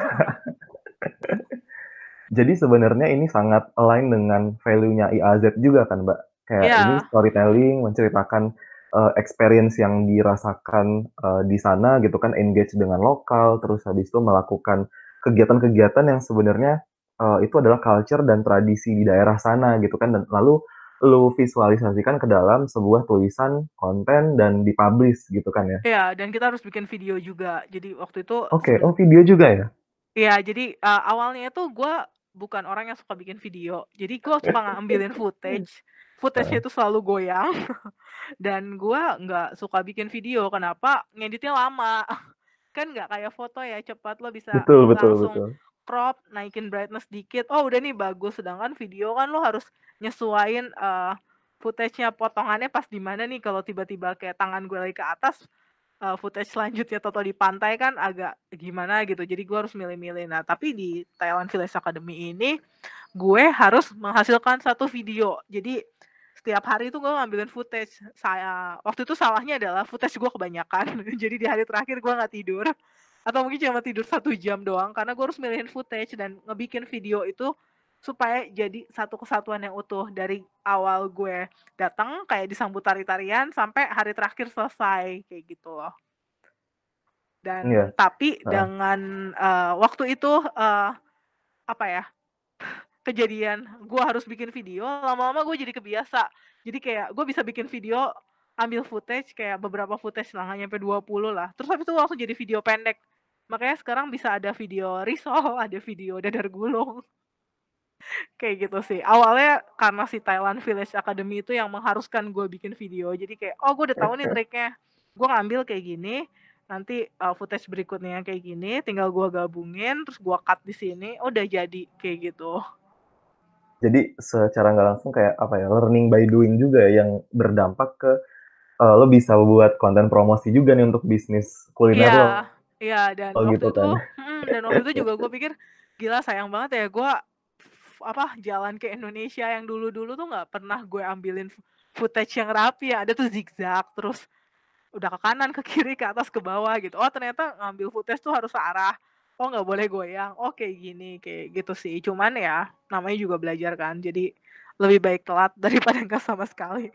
Jadi sebenarnya ini sangat align dengan value-nya I A Z juga kan, Mbak? Kayak ini Iya. storytelling menceritakan, eee, experience yang dirasakan, eee, di sana gitu kan, engage dengan lokal, terus habis itu melakukan kegiatan-kegiatan yang sebenarnya, eee, itu adalah culture dan tradisi di daerah sana gitu kan, dan lalu lu visualisasikan ke dalam sebuah tulisan, konten, dan di-publish gitu kan ya? Iya, dan kita harus bikin video juga. Jadi waktu itu Oke, seben oh video juga ya? iya, jadi, eee, awalnya itu gue bukan orang yang suka bikin video. Jadi gue suka ngambilin footage, footage-nya Heeh. itu selalu goyang, dan gue nggak suka bikin video, kenapa? Ngeditnya lama. Kan nggak kayak foto ya, cepet, lo bisa Betul betul langsung betul. crop, naikin brightness dikit, oh udah nih bagus. Sedangkan video kan lo harus nyesuaiin, eee, footage-nya, potongannya pas di mana nih, kalau tiba-tiba kayak tangan gue lagi ke atas, eee, footage selanjutnya tau-tau di pantai kan agak gimana gitu, jadi gue harus milih-milih. Nah, tapi di Thailand Village Academy ini, gue harus menghasilkan satu video. Jadi setiap hari itu gue ngambilin footage. Saya waktu itu salahnya adalah footage gue kebanyakan, jadi di hari terakhir gue nggak tidur, atau mungkin cuma tidur satu jam doang, karena gue harus milihin footage dan ngebikin video itu supaya jadi satu kesatuan yang utuh. Dari awal gue dateng, kayak disambut tari-tarian, sampai hari terakhir selesai, kayak gitu loh. Dan Iya, tapi heeh. dengan, eee, waktu itu, eee, apa ya, kejadian gue harus bikin video, lama-lama gue jadi kebiasa. Jadi kayak gue bisa bikin video, ambil footage, kayak beberapa footage lah, nggak nyampe dua puluh lah, terus habis itu langsung jadi video pendek. Makanya sekarang bisa ada video risol, ada video dadar gulung. Kayak gitu sih. Awalnya karena si Thailand Village Academy itu yang mengharuskan gue bikin video, jadi kayak, "Oh gue udah tahu nih triknya, gue ngambil kayak gini, nanti, eee, footage berikutnya yang kayak gini, tinggal gue gabungin, terus gue cut di sini, udah jadi," kayak gitu. Jadi secara nggak langsung kayak, apa ya, learning by doing juga ya, yang berdampak ke, eee, lo bisa buat konten promosi juga nih untuk bisnis kuliner Iya lo, iya, dan oh waktu gitu itu kan? mhm, dan waktu itu juga gue pikir, "Gila sayang banget ya, gue apa, jalan ke Indonesia yang dulu-dulu tuh nggak pernah gue ambilin fu footage yang rapi ya, ada tuh zigzag, terus udah ke kanan, ke kiri, ke atas, ke bawah gitu. Oh ternyata ngambil footage tuh harus searah, oh nggak boleh goyang, oh kayak gini," kayak gitu sih. Cuman ya, namanya juga belajar kan, jadi lebih baik telat daripada nggak sama sekali.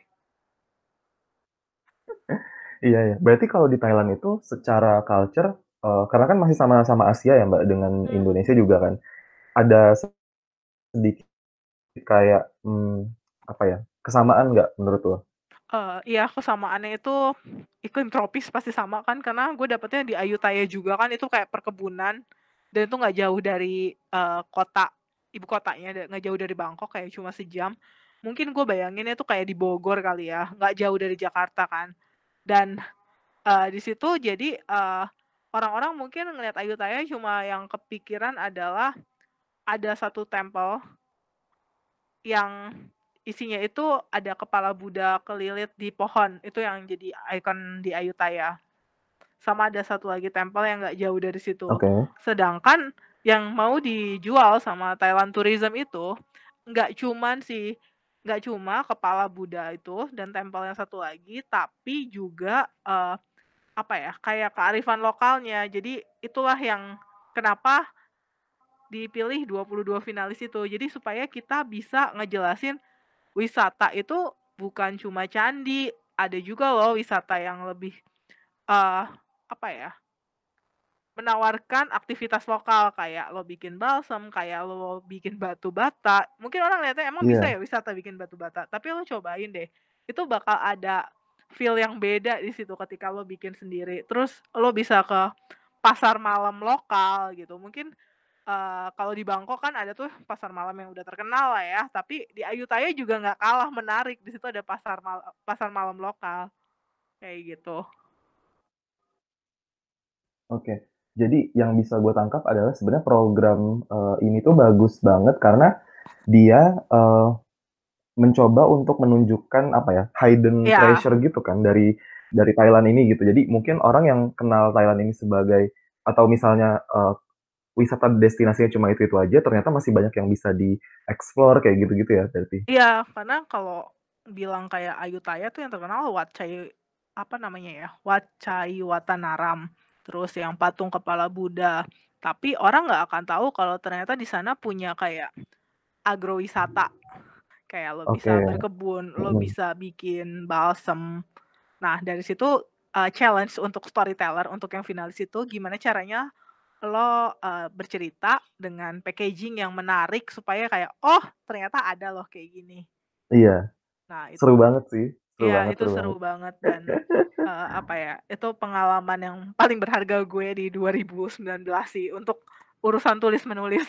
Iya ya, berarti kalau di Thailand itu secara culture, eee, karena kan masih sama-sama Asia ya Mbak, dengan Mmm. Indonesia juga kan, ada sedikit kayak, mmm, apa ya, kesamaan nggak menurut lo? Eee, iya kesamaannya itu iklim tropis pasti sama kan, karena gue dapetnya di Ayutthaya juga kan, itu kayak perkebunan, dan itu nggak jauh dari, eee, kota, ibu kotanya, da nggak jauh dari Bangkok, kayak cuma sejam. Mungkin gue bayanginnya tuh kayak di Bogor kali ya, nggak jauh dari Jakarta kan. Dan, eee, di situ jadi, eee, orang-orang mungkin ngelihat Ayutthaya cuma yang kepikiran adalah ada satu tempel yang isinya itu ada kepala Buddha kelilit di pohon, itu yang jadi ikon di Ayutthaya. Sama ada satu lagi tempel yang nggak jauh dari situ. Oke. Sedangkan yang mau dijual sama Thailand Tourism itu, nggak cuman si nggak cuma kepala Buddha itu dan tempel yang satu lagi, tapi juga, eee, apa ya, kayak kearifan lokalnya. Jadi itulah yang kenapa dipilih dua puluh dua finalis itu. Jadi supaya kita bisa ngejelasin wisata itu bukan cuma candi, ada juga loh wisata yang lebih, eee, apa ya, menawarkan aktivitas lokal, kayak lo bikin balsem, kayak lo bikin batu bata. Mungkin orang lihatnya, "Emang bisa Iya. ya wisata bikin batu bata?" Tapi lo cobain deh, itu bakal ada feel yang beda di situ ketika lo bikin sendiri. Terus lo bisa ke pasar malam lokal gitu, mungkin, eee, kalau di Bangkok kan ada tuh pasar malam yang udah terkenal lah ya, tapi di Ayutthaya juga nggak kalah menarik, di situ ada pasar mal pasar malam lokal, kayak gitu. Oke. Jadi yang bisa gue tangkap adalah sebenarnya program uh, ini tuh bagus banget karena dia uh, mencoba untuk menunjukkan apa ya, hidden Iya, treasure gitu kan dari dari Thailand ini gitu. Jadi mungkin orang yang kenal Thailand ini sebagai atau misalnya uh, wisata destinasinya cuma itu-itu aja, ternyata masih banyak yang bisa di-explore kayak gitu-gitu ya berarti? iya, karena kalau bilang kayak Ayutthaya tuh yang terkenal Wat Chai apa namanya ya, Wat Chai Watanaram, terus yang patung kepala Buddha. Tapi orang nggak akan tahu kalau ternyata di sana punya kayak agrowisata, kayak lo Oke, bisa berkebun, lo mhm. bisa bikin balsem. Nah, dari situ, eee, challenge untuk storyteller, untuk yang finalis itu gimana caranya lo, eee, bercerita dengan packaging yang menarik supaya kayak, "Oh, ternyata ada loh kayak gini." Iya, Nah seru itu. banget sih, seru Iya, banget itu seru seru banget. banget dan, eee, apa ya, itu pengalaman yang paling berharga gue di dua ribu sembilan belas sih untuk urusan tulis-menulis.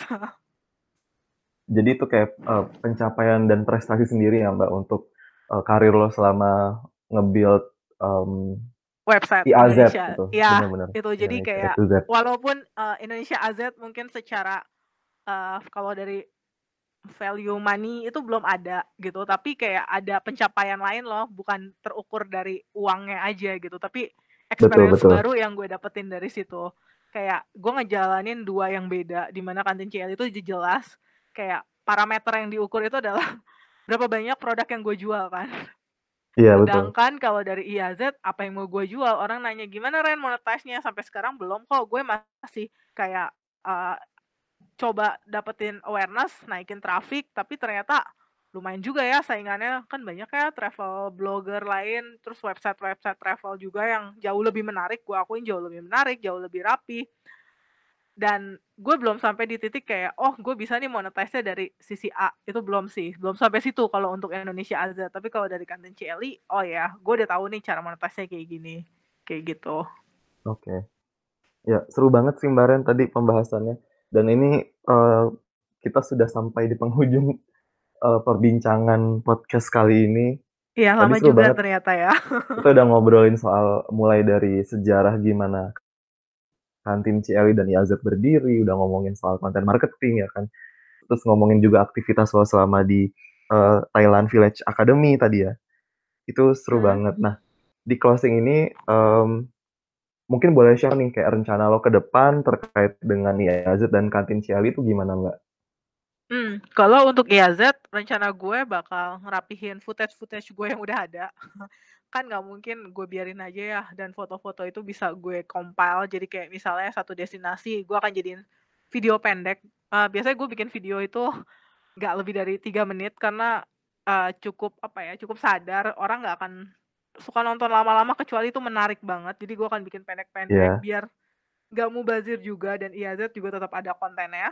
Jadi itu kayak, eee, pencapaian dan prestasi sendiri ya, Mbak, untuk, eee, karir lo selama nge-build, mmm, Website I A Z Indonesia. gitu, bener Iya, bener, itu jadi Indonesia A kayak to Z. walaupun, eee, Indonesia A Z mungkin secara, eee, kalau dari value money itu belum ada gitu, tapi kayak ada pencapaian lain loh, bukan terukur dari uangnya aja gitu, tapi Betul experience betul. baru yang gue dapetin dari situ. Kayak gue ngejalanin dua yang beda, di mana kantin C L itu jelas kayak parameter yang diukur itu adalah berapa banyak produk yang gue jual kan. Iya betul. Sedangkan kalau dari I A Z, apa yang mau gue jual? Orang nanya, "Gimana Ren monetize-nya?" Sampai sekarang belum kok, gue masih kayak, eee coba dapetin awareness, naikin traffic, tapi ternyata lumayan juga ya saingannya, kan banyak ya travel blogger lain, terus website-website travel juga yang jauh lebih menarik, gue akuin jauh lebih menarik, jauh lebih rapi. Dan gue belum sampai di titik kayak, "Oh, gue bisa nih monetize-nya dari sisi A." Itu belum sih, belum sampai situ kalau untuk Indonesia Aza. Tapi kalau dari kantin C L I, oh ya, gue udah tahu nih cara monetize-nya kayak gini, kayak gitu. Oke. Ya, seru banget sih Mbak Ren tadi pembahasannya. Dan ini, eee, kita sudah sampai di penghujung, eee, perbincangan podcast kali ini. Iya, Tadi lama seru juga banget, ternyata ya. kita udah ngobrolin soal mulai dari sejarah gimana kantin C L I dan I A Z berdiri, udah ngomongin soal konten marketing ya kan, terus ngomongin juga aktivitas lo selama di, eee, Thailand Village Academy tadi ya, itu seru Mhm. banget. Nah, di closing ini, mmm, mungkin boleh share nih kayak rencana lo ke depan terkait dengan I A Z dan kantin C L I itu gimana, Mbak? Hmm, kalau untuk I A Z, rencana gue bakal ngerapihin footage-footage gue yang udah ada. Kan nggak mungkin gue biarin aja ya, dan foto-foto itu bisa gue compile, jadi kayak misalnya satu destinasi, gue akan jadiin video pendek. Eee, biasanya gue bikin video itu nggak lebih dari tiga menit karena, eee, cukup apa ya, cukup sadar orang nggak akan suka nonton lama-lama kecuali itu menarik banget. Jadi gue akan bikin pendek-pendek Iya, biar nggak mubazir juga dan I A Z juga tetap ada kontennya.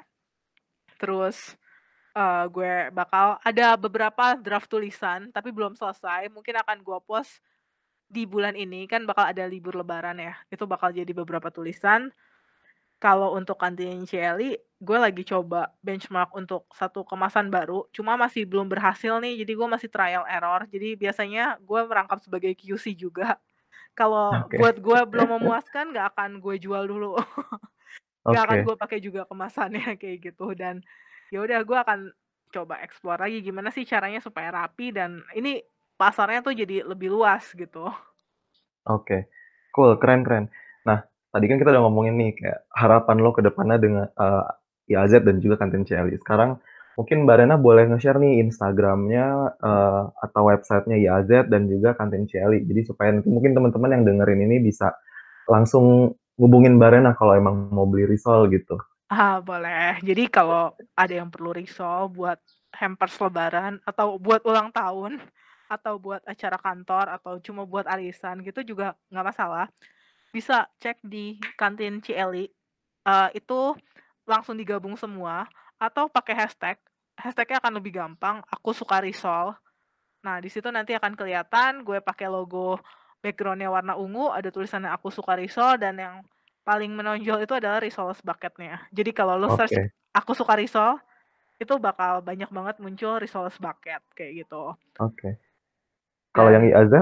Terus Eee, gue bakal ada beberapa draft tulisan, tapi belum selesai, mungkin akan gue post di bulan ini, kan bakal ada libur lebaran ya, itu bakal jadi beberapa tulisan. Kalau untuk kantin C L I, gue lagi coba benchmark untuk satu kemasan baru, cuma masih belum berhasil nih, jadi gue masih trial error. Jadi biasanya gue merangkap sebagai Q C juga. Kalau oke buat gue belum memuaskan, nggak akan gue jual dulu. Nggak akan oke gue pakai juga kemasannya kayak gitu dan, ya udah gue akan coba explore lagi gimana sih caranya supaya rapi dan ini pasarnya tuh jadi lebih luas gitu. oke. Cool, keren keren. Nah, tadi kan kita udah ngomongin nih kayak harapan lo ke depannya dengan, eee, I A Z dan juga kantin C L I. Sekarang mungkin Mbak Rena boleh nge-share nih Instagram-nya, eee, atau website-nya I A Z dan juga kantin C L I. Jadi supaya nanti mungkin teman-teman yang dengerin ini bisa langsung ngubungin Mbak Rena kalau emang mau beli risol gitu. Ah, boleh. Jadi kalau ada yang perlu risol buat hampers lebaran atau buat ulang tahun, atau buat acara kantor, atau cuma buat arisan gitu juga nggak masalah, bisa cek di kantin C L I, eee, itu langsung digabung semua atau pakai hashtag, hashtag-nya akan lebih gampang, "Aku suka risol." Nah, di situ nanti akan kelihatan gue pakai logo background-nya warna ungu, ada tulisannya "Aku suka risol" dan yang paling menonjol itu adalah risoles bucket-nya. Jadi kalau lo search Oke "Aku suka risol", itu bakal banyak banget muncul risoles bucket, kayak gitu. oke. Kalau yang Dan I A Z?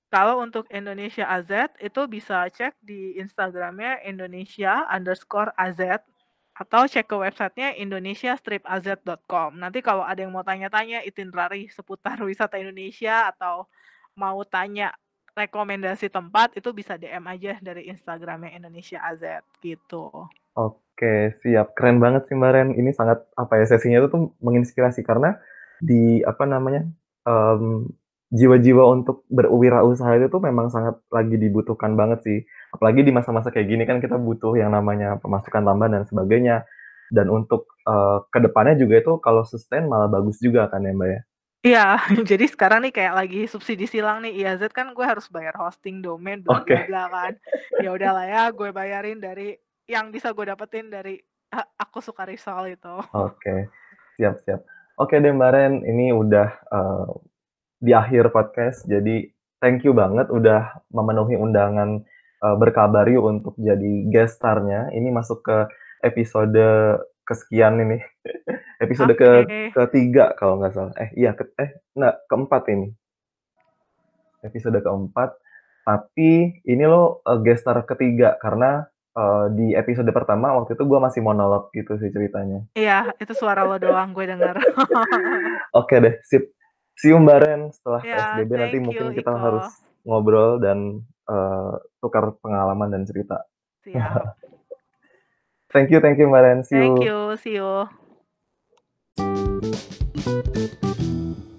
Kalau untuk Indonesia A Z itu bisa cek di Instagram-nya Indonesia underscore A Z atau cek ke websitenya indonesia strip a z dot com. Nanti kalau ada yang mau tanya-tanya itinerary seputar wisata Indonesia atau mau tanya rekomendasi tempat itu bisa D M aja dari Instagram-nya Indonesia A Z gitu. Oke, siap. Keren banget sih Mbak Ren. Ini sangat apa ya sesinya itu tuh menginspirasi karena di apa namanya em, jiwa-jiwa untuk berwirausaha itu tuh memang sangat lagi dibutuhkan banget sih. Apalagi di masa-masa kayak gini kan kita butuh yang namanya pemasukan tambahan dan sebagainya. Dan untuk eh, kedepannya juga itu kalau sustain malah bagus juga kan ya Mbak ya. Iya, jadi sekarang nih kayak lagi subsidi silang nih I A Z kan gue harus bayar hosting domain bla bla Oke, bla kan. Ya udahlah ya, gue bayarin dari yang bisa gue dapetin dari "Ah, aku suka risol itu." oke, siap siap. Oke deh Mbak Ren, ini udah eh, di akhir podcast. Jadi thank you banget udah memenuhi undangan uh, Berkabar Yuk untuk jadi guest star-nya. Ini masuk ke episode kesekian ini. Episode ke Oke. ketiga kalau nggak salah. Eh iya, ke, eh nggak keempat ini. Episode keempat. Tapi ini lo uh, guest star ketiga karena uh, di episode pertama waktu itu gue masih monolog gitu sih ceritanya. Iya, itu suara lo doang gue denger. Oke deh, sip. See you Mbak Ren setelah Ya, P S B B nanti thank you mungkin kita Iko. harus ngobrol dan eh, tukar pengalaman dan cerita. Siap. Thank you, thank you Mbak Ren. See Thank you. you, see you.